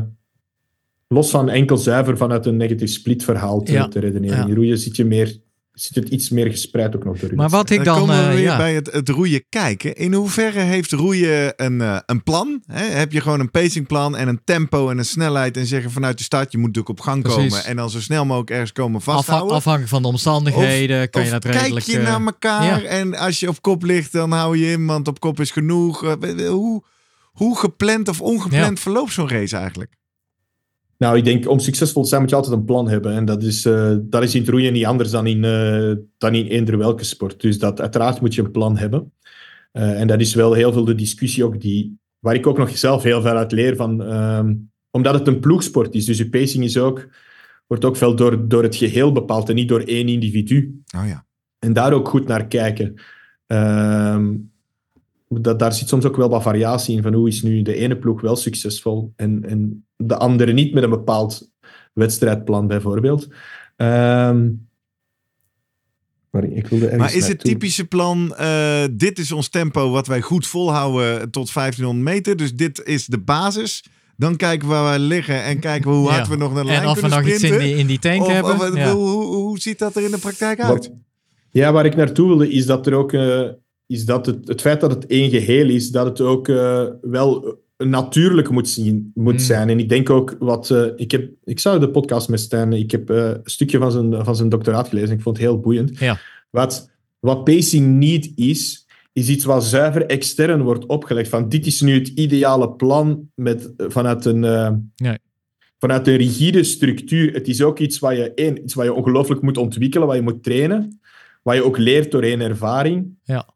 [SPEAKER 1] Los van enkel zuiver vanuit een negatieve split verhaal te,
[SPEAKER 3] Ja.
[SPEAKER 1] te redeneren.
[SPEAKER 3] Ja.
[SPEAKER 1] In roeien zit, je meer, zit het iets meer gespreid ook nog door.
[SPEAKER 3] Maar wat ik
[SPEAKER 2] Dan
[SPEAKER 3] dan...
[SPEAKER 2] komen we
[SPEAKER 3] uh,
[SPEAKER 2] weer
[SPEAKER 3] ja.
[SPEAKER 2] bij het, het roeien kijken. In hoeverre heeft roeien een, uh, een plan? Hè? Heb je gewoon een pacingplan en een tempo en een snelheid en zeggen vanuit de start, je moet natuurlijk op gang
[SPEAKER 3] Precies.
[SPEAKER 2] komen en dan zo snel mogelijk ergens komen
[SPEAKER 3] Afha-
[SPEAKER 2] vasthouden?
[SPEAKER 3] afhankelijk van de omstandigheden kan je
[SPEAKER 2] Of
[SPEAKER 3] dat redelijk...
[SPEAKER 2] kijk je
[SPEAKER 3] uh,
[SPEAKER 2] naar elkaar
[SPEAKER 3] ja.
[SPEAKER 2] en als je op kop ligt, dan hou je in, want op kop is genoeg. Uh, hoe, hoe gepland of ongepland
[SPEAKER 3] Ja.
[SPEAKER 2] verloopt zo'n race eigenlijk?
[SPEAKER 1] Nou, ik denk, om succesvol te zijn moet je altijd een plan hebben. En dat is, uh, dat is in het roeien niet anders dan in, uh, dan in eender welke sport. Dus dat, uiteraard moet je een plan hebben. Uh, en dat is wel heel veel de discussie ook die, waar ik ook nog zelf heel veel uit leer van. Um, omdat het een ploegsport is. Dus je pacing is ook, wordt ook veel door, door het geheel bepaald en niet door één individu.
[SPEAKER 2] Oh ja.
[SPEAKER 1] En daar ook goed naar kijken. Um, dat, daar zit soms ook wel wat variatie in van hoe is nu de ene ploeg wel succesvol en, en de andere niet met een bepaald wedstrijdplan bijvoorbeeld. Um, maar ik wilde ergens
[SPEAKER 2] Maar is het
[SPEAKER 1] naartoe.
[SPEAKER 2] typische plan, uh, dit is ons tempo wat wij goed volhouden tot vijftienhonderd meter. Dus dit is de basis. Dan kijken we waar we liggen en kijken we hoe hard
[SPEAKER 3] Ja.
[SPEAKER 2] we nog naar de lijn
[SPEAKER 3] En of we
[SPEAKER 2] kunnen
[SPEAKER 3] nog iets
[SPEAKER 2] sprinten.
[SPEAKER 3] in die, in die tank
[SPEAKER 2] Of-
[SPEAKER 3] hebben.
[SPEAKER 2] of-
[SPEAKER 3] ja.
[SPEAKER 2] hoe, hoe, hoe ziet dat er in de praktijk uit?
[SPEAKER 1] Wat- Ja, waar ik naartoe wilde is dat er ook uh, is dat het, het feit dat het één geheel is, dat het ook uh, wel natuurlijk moet, zien, moet
[SPEAKER 3] Mm.
[SPEAKER 1] zijn. En ik denk ook wat... Uh, ik, heb, ik zou de podcast met Stijn... Ik heb uh, een stukje van zijn, van zijn doctoraat gelezen. Ik vond het heel boeiend.
[SPEAKER 3] Ja.
[SPEAKER 1] Wat, wat pacing niet is, is iets wat zuiver extern wordt opgelegd. Van dit is nu het ideale plan met, vanuit een... Uh,
[SPEAKER 3] Nee.
[SPEAKER 1] vanuit een rigide structuur. Het is ook iets wat je, één, iets wat je ongelooflijk moet ontwikkelen, wat je moet trainen, wat je ook leert doorheen ervaring.
[SPEAKER 3] Ja.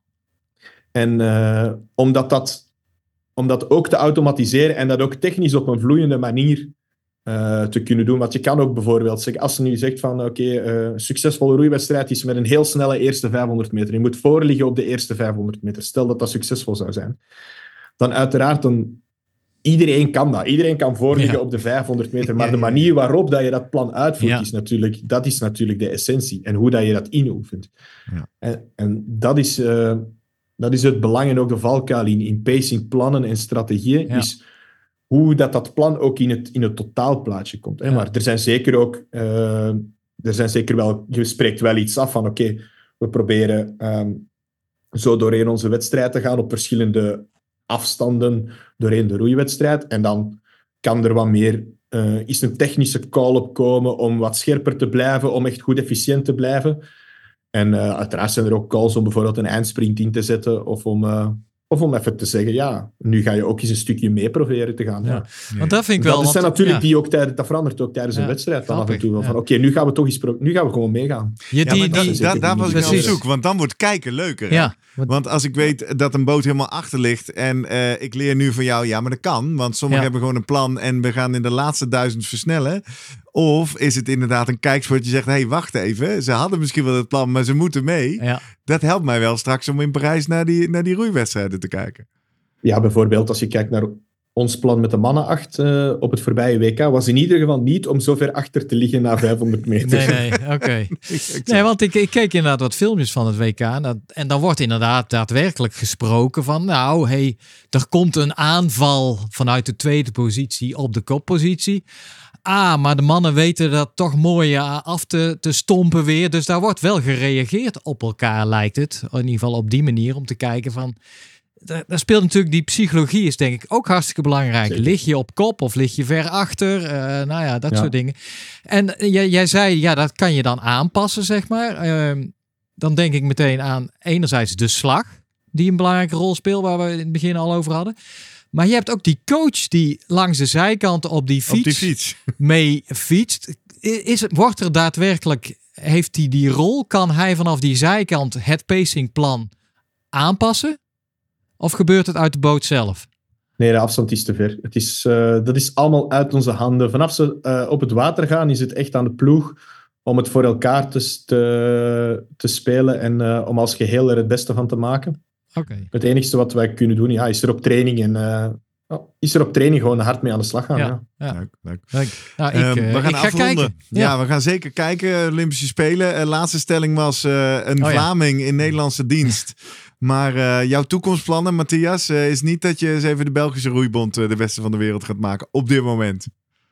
[SPEAKER 1] En uh, omdat, dat, om dat ook te automatiseren en dat ook technisch op een vloeiende manier uh, te kunnen doen. Want je kan ook bijvoorbeeld zeggen, als je nu zegt van oké, okay, uh, succesvolle roeiwedstrijd is met een heel snelle eerste vijfhonderd meter. Je moet voorliggen op de eerste vijfhonderd meter. Stel dat dat succesvol zou zijn. Dan uiteraard, dan, iedereen kan dat. Iedereen kan voorliggen ja. op de vijfhonderd meter. Maar de manier waarop dat je dat plan uitvoert, ja. is natuurlijk, dat is natuurlijk de essentie. En hoe dat je dat inoefent. Ja. En, en dat is... Uh, Dat is het belang en ook de valkuil in, in pacing, plannen en strategieën, ja. is hoe dat, dat plan ook in het, in het totaalplaatje komt. Hè? Ja. Maar er zijn zeker ook, uh, er zijn zeker wel, je spreekt wel iets af van oké, okay, we proberen um, zo doorheen onze wedstrijd te gaan op verschillende afstanden doorheen de roeiwedstrijd. En dan kan er wat meer, uh, is een technische call op komen om wat scherper te blijven, om echt goed efficiënt te blijven. En uh, uiteraard zijn er ook calls om bijvoorbeeld een eindsprint in te zetten of om, uh, of om even te zeggen, ja, nu ga je ook eens een stukje mee proberen te gaan. Ja. Ja.
[SPEAKER 3] Nee. Want dat vind ik wel...
[SPEAKER 1] Dat, zijn
[SPEAKER 3] want,
[SPEAKER 1] natuurlijk
[SPEAKER 3] ja.
[SPEAKER 1] die ook tijdens, dat verandert ook tijdens ja, een wedstrijd dan af en toe. Wel,
[SPEAKER 3] ja.
[SPEAKER 1] Van oké, okay, nu gaan we toch eens pro- nu gaan we gewoon meegaan.
[SPEAKER 2] Ja, ja, die, die, da, daar was ik op zoek, want dan wordt kijken leuker. Ja. Want als ik weet dat een boot helemaal achter ligt en uh, ik leer nu van jou, ja, maar dat kan. Want sommigen ja. hebben gewoon een plan en we gaan in de laatste duizend versnellen. Of is het inderdaad een kijksport je zegt, hé, hey, wacht even. Ze hadden misschien wel het plan, maar ze moeten mee. Ja. Dat helpt mij wel straks om in Parijs naar die, naar die roeiwedstrijden te kijken.
[SPEAKER 1] Ja, bijvoorbeeld als je kijkt naar ons plan met de mannenacht uh, op het voorbije W K, was in ieder geval niet om zo ver achter te liggen na vijfhonderd meter.
[SPEAKER 3] Nee, nee, oké. Okay. Nee, want ik, ik keek inderdaad wat filmpjes van het W K en, dat, en dan wordt inderdaad daadwerkelijk gesproken van, nou, hey, er komt een aanval vanuit de tweede positie op de koppositie. Ah, maar de mannen weten dat toch mooi af te, te stompen weer. Dus daar wordt wel gereageerd op elkaar, lijkt het. In ieder geval op die manier om te kijken van... Daar speelt natuurlijk die psychologie is denk ik ook hartstikke belangrijk. Zeker. Lig je op kop of lig je ver achter? Uh, nou ja, dat ja. soort dingen. En jij, jij zei, ja, dat kan je dan aanpassen, zeg maar. Uh, dan denk ik meteen aan enerzijds de slag, die een belangrijke rol speelt, waar we in het begin al over hadden. Maar je hebt ook die coach die langs de zijkant op die fiets,
[SPEAKER 2] op die fiets.
[SPEAKER 3] mee fietst. Is het, wordt er daadwerkelijk, heeft hij die rol? Kan hij vanaf die zijkant het pacingplan aanpassen? Of gebeurt het uit de boot zelf?
[SPEAKER 1] Nee, de afstand is te ver. Het is, uh, dat is allemaal uit onze handen. Vanaf ze uh, op het water gaan, is het echt aan de ploeg om het voor elkaar te, te, te spelen en uh, om als geheel er het beste van te maken.
[SPEAKER 3] Okay.
[SPEAKER 1] Het enige wat wij kunnen doen, ja, is er op training en uh, oh, is er op training gewoon hard mee aan de slag gaan. Ja, ja.
[SPEAKER 2] Ja. Leuk, leuk.
[SPEAKER 3] leuk. Nou, ik, uh,
[SPEAKER 2] we gaan
[SPEAKER 3] ik ga
[SPEAKER 2] afronden.
[SPEAKER 3] Kijken.
[SPEAKER 2] Ja. ja, we gaan zeker kijken. Olympische Spelen. Uh, laatste stelling was uh, een oh, Vlaming ja. in Nederlandse dienst. Maar uh, jouw toekomstplannen, Matthias, uh, is niet dat je eens even de Belgische roeibond uh, de beste van de wereld gaat maken op dit moment.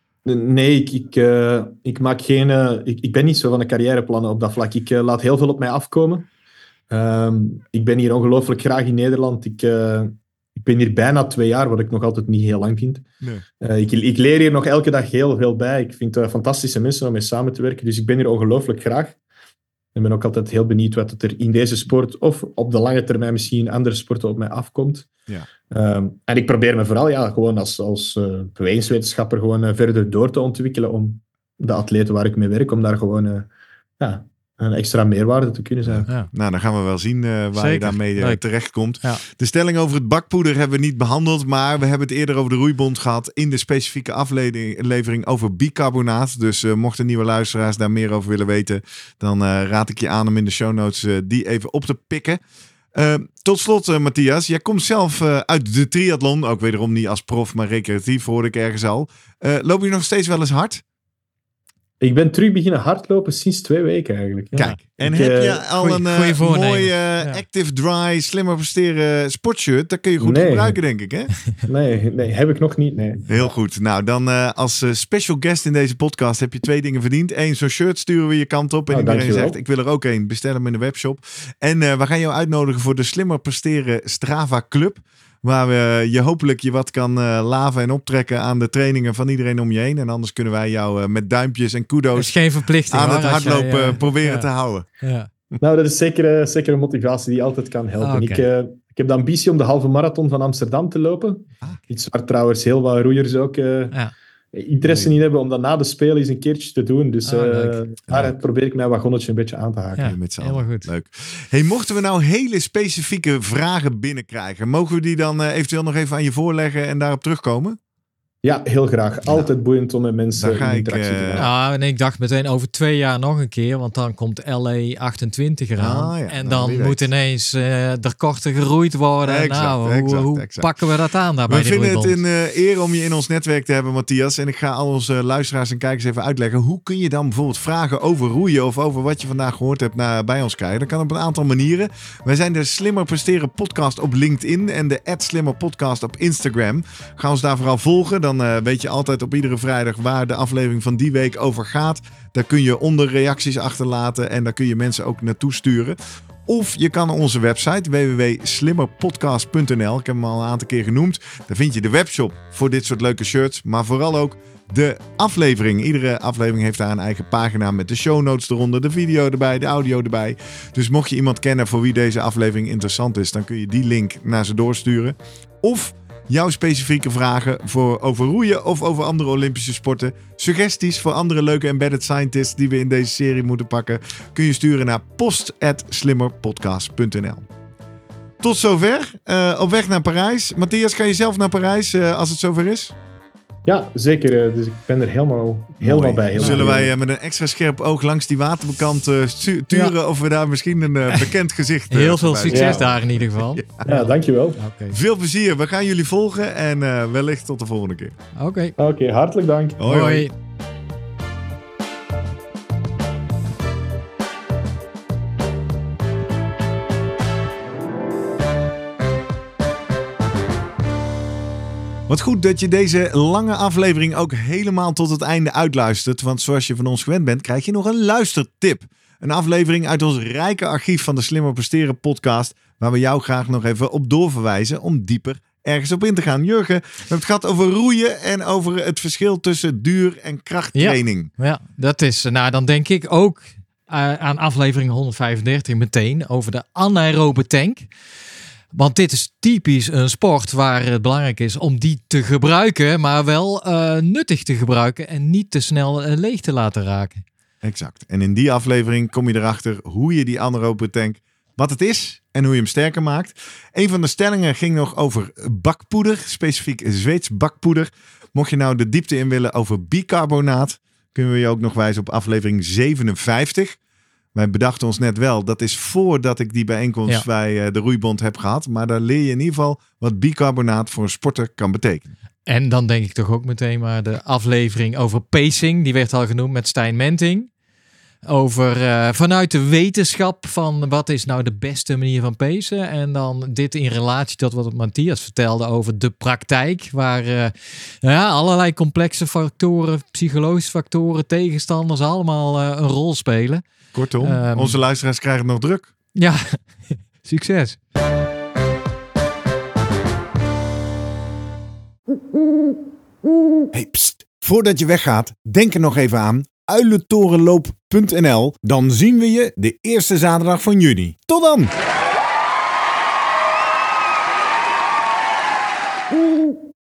[SPEAKER 1] Nee, ik, ik, uh, ik maak geen. Uh, ik, ik ben niet zo van de carrièreplannen op dat vlak. Ik uh, laat heel veel op mij afkomen. Um, ik ben hier ongelooflijk graag in Nederland. Ik, uh, ik ben hier bijna twee jaar, wat ik nog altijd niet heel lang vind. Nee. Uh, ik, ik leer hier nog elke dag heel veel bij. Ik vind uh, fantastische mensen om mee samen te werken. Dus ik ben hier ongelooflijk graag. Ik ben ook altijd heel benieuwd wat er in deze sport of op de lange termijn misschien in andere sporten op mij afkomt.
[SPEAKER 2] Ja.
[SPEAKER 1] Um, en ik probeer me vooral ja, gewoon als, als uh, bewegingswetenschapper gewoon uh, verder door te ontwikkelen om de atleten waar ik mee werk, om daar gewoon uh, ja, een extra meerwaarde te kunnen zijn.
[SPEAKER 2] Ja. Nou, dan gaan we wel zien uh, waar Zeker. je daarmee uh, terechtkomt. Ja. De stelling over het bakpoeder hebben we niet behandeld, maar we hebben het eerder over de roeibond gehad in de specifieke aflevering over bicarbonaat. Dus uh, mochten nieuwe luisteraars daar meer over willen weten, dan uh, raad ik je aan om in de show notes uh, die even op te pikken. Uh, tot slot, uh, Matthias, jij komt zelf uh, uit de triathlon, ook wederom niet als prof, maar recreatief, hoorde ik ergens al. Uh, loop je nog steeds wel eens hard?
[SPEAKER 1] Ik ben terug beginnen hardlopen sinds twee weken eigenlijk. Ja.
[SPEAKER 2] Kijk, en ik, heb je al goeie, een uh, mooi uh, ja. active dry, slimmer presteren sportshirt? Dat kun je goed nee. gebruiken, denk ik, hè?
[SPEAKER 1] Nee, nee, heb ik nog niet, nee.
[SPEAKER 2] Heel goed. Nou, dan uh, als uh, special guest in deze podcast heb je twee dingen verdiend. Eén, zo'n shirt sturen we je kant op. En oh, iedereen zegt, ik wil er ook één. Bestel hem in de webshop. En uh, we gaan jou uitnodigen voor de Slimmer Presteren Strava Club. Waar we je hopelijk je wat kan uh, laven en optrekken aan de trainingen van iedereen om je heen. En anders kunnen wij jou uh, met duimpjes en kudo's
[SPEAKER 3] geen verplichting,
[SPEAKER 2] aan
[SPEAKER 3] hoor,
[SPEAKER 2] het hardlopen jij, uh, proberen
[SPEAKER 3] ja.
[SPEAKER 2] te houden.
[SPEAKER 3] Ja.
[SPEAKER 1] Nou, dat is zeker, uh, zeker een motivatie die altijd kan helpen. Okay. Ik, uh, ik heb de ambitie om de halve marathon van Amsterdam te lopen. Ah, okay. Iets waar trouwens heel wat roeiers ook uh, ja. interesse in hebben om dat na de Spelen eens een keertje te doen. Dus
[SPEAKER 3] Ah,
[SPEAKER 1] uh,
[SPEAKER 3] leuk.
[SPEAKER 1] daar
[SPEAKER 2] Leuk.
[SPEAKER 1] probeer ik mijn wagonnetje een beetje aan te haken.
[SPEAKER 3] Ja,
[SPEAKER 2] Ja, met z'n
[SPEAKER 3] helemaal
[SPEAKER 2] allen.
[SPEAKER 3] goed.
[SPEAKER 2] Leuk. Hey, mochten we nou hele specifieke vragen binnenkrijgen, mogen we die dan uh, eventueel nog even aan je voorleggen en daarop terugkomen?
[SPEAKER 1] Ja, heel graag. Altijd boeiend om met mensen
[SPEAKER 2] Dan ga
[SPEAKER 1] in
[SPEAKER 2] ik,
[SPEAKER 1] interactie te
[SPEAKER 2] uh,
[SPEAKER 1] gaan.
[SPEAKER 3] Nou, en ik dacht meteen over twee jaar nog een keer, want dan komt L A achtentwintig eraan.
[SPEAKER 2] Ah, ja,
[SPEAKER 3] en
[SPEAKER 2] nou,
[SPEAKER 3] dan
[SPEAKER 2] wie
[SPEAKER 3] moet
[SPEAKER 2] weet.
[SPEAKER 3] ineens uh, er korter geroeid worden.
[SPEAKER 2] Exact,
[SPEAKER 3] nou, hoe,
[SPEAKER 2] exact,
[SPEAKER 3] hoe
[SPEAKER 2] exact.
[SPEAKER 3] pakken we dat aan daar
[SPEAKER 2] We
[SPEAKER 3] bij de
[SPEAKER 2] vinden het
[SPEAKER 3] roeibond?
[SPEAKER 2] een uh, eer om je in ons netwerk te hebben, Matthias. En ik ga al onze luisteraars en kijkers even uitleggen. Hoe kun je dan bijvoorbeeld vragen over roeien of over wat je vandaag gehoord hebt naar, bij ons krijgen? Dat kan op een aantal manieren. Wij zijn de Slimmer Presteren podcast op LinkedIn en de at Slimmer podcast op Instagram. Ga ons daar vooral volgen. Dan uh, weet je altijd op iedere vrijdag waar de aflevering van die week over gaat. Daar kun je onder reacties achterlaten en daar kun je mensen ook naartoe sturen. Of je kan naar onze website w w w punt slimmerpodcast punt n l. Ik heb hem al een aantal keer genoemd. Daar vind je de webshop voor dit soort leuke shirts. Maar vooral ook de aflevering. Iedere aflevering heeft daar een eigen pagina met de show notes eronder. De video erbij, de audio erbij. Dus mocht je iemand kennen voor wie deze aflevering interessant is, dan kun je die link naar ze doorsturen. Of jouw specifieke vragen voor over roeien of over andere Olympische sporten. Suggesties voor andere leuke embedded scientists die we in deze serie moeten pakken. Kun je sturen naar post at slimmerpodcast punt n l. Tot zover. Uh, op weg naar Parijs. Matthias, ga je zelf naar Parijs uh, als het zover is?
[SPEAKER 1] Ja, zeker. Dus ik ben er helemaal, helemaal
[SPEAKER 2] Mooi.
[SPEAKER 1] bij. Helemaal
[SPEAKER 2] Zullen
[SPEAKER 1] bij.
[SPEAKER 2] wij uh, met een extra scherp oog langs die waterbekant uh, sturen ja. of we daar misschien een uh, bekend gezicht uh,
[SPEAKER 3] Heel veel succes
[SPEAKER 1] ja.
[SPEAKER 3] daar in ieder geval.
[SPEAKER 2] Ja,
[SPEAKER 1] ja dankjewel.
[SPEAKER 3] Okay.
[SPEAKER 2] Veel plezier. We gaan jullie volgen en uh, wellicht tot de volgende keer.
[SPEAKER 3] Oké.
[SPEAKER 1] Okay. Oké, okay, hartelijk dank.
[SPEAKER 2] Hoi. hoi.
[SPEAKER 3] hoi.
[SPEAKER 2] Wat goed dat je deze lange aflevering ook helemaal tot het einde uitluistert. Want zoals je van ons gewend bent, krijg je nog een luistertip. Een aflevering uit ons rijke archief van de Slimmer Presteren podcast, waar we jou graag nog even op doorverwijzen om dieper ergens op in te gaan. Jurgen, we hebben het gehad over roeien en over het verschil tussen duur- en krachttraining.
[SPEAKER 3] Ja, ja, dat is, nou dan denk ik ook uh, aan aflevering honderdvijfendertig meteen over de anaerobe tank. Want dit is typisch een sport waar het belangrijk is om die te gebruiken, maar wel uh, nuttig te gebruiken en niet te snel uh, leeg te laten raken.
[SPEAKER 2] Exact. En in die aflevering kom je erachter hoe je die anaerobe tank, wat het is en hoe je hem sterker maakt. Een van de stellingen ging nog over bakpoeder, specifiek Zweeds bakpoeder. Mocht je nou de diepte in willen over bicarbonaat, kunnen we je ook nog wijzen op aflevering zevenenvijftig. Wij bedachten ons net wel, dat is voordat ik die bijeenkomst ja. bij de Roeibond heb gehad. Maar daar leer je in ieder geval wat bicarbonaat voor een sporter kan betekenen.
[SPEAKER 3] En dan denk ik toch ook meteen maar de aflevering over pacing. Die werd al genoemd met Stijn Menting. Over uh, vanuit de wetenschap van wat is nou de beste manier van pacen. En dan dit in relatie tot wat Matthias vertelde over de praktijk. Waar uh, ja, allerlei complexe factoren, psychologische factoren, tegenstanders allemaal uh, een rol spelen.
[SPEAKER 2] Kortom, um, onze luisteraars krijgen het nog druk.
[SPEAKER 3] Ja, succes.
[SPEAKER 2] Hey, pst. Voordat je weggaat, denk er nog even aan uilentorenloop punt n l. Dan zien we je de eerste zaterdag van juni. Tot dan!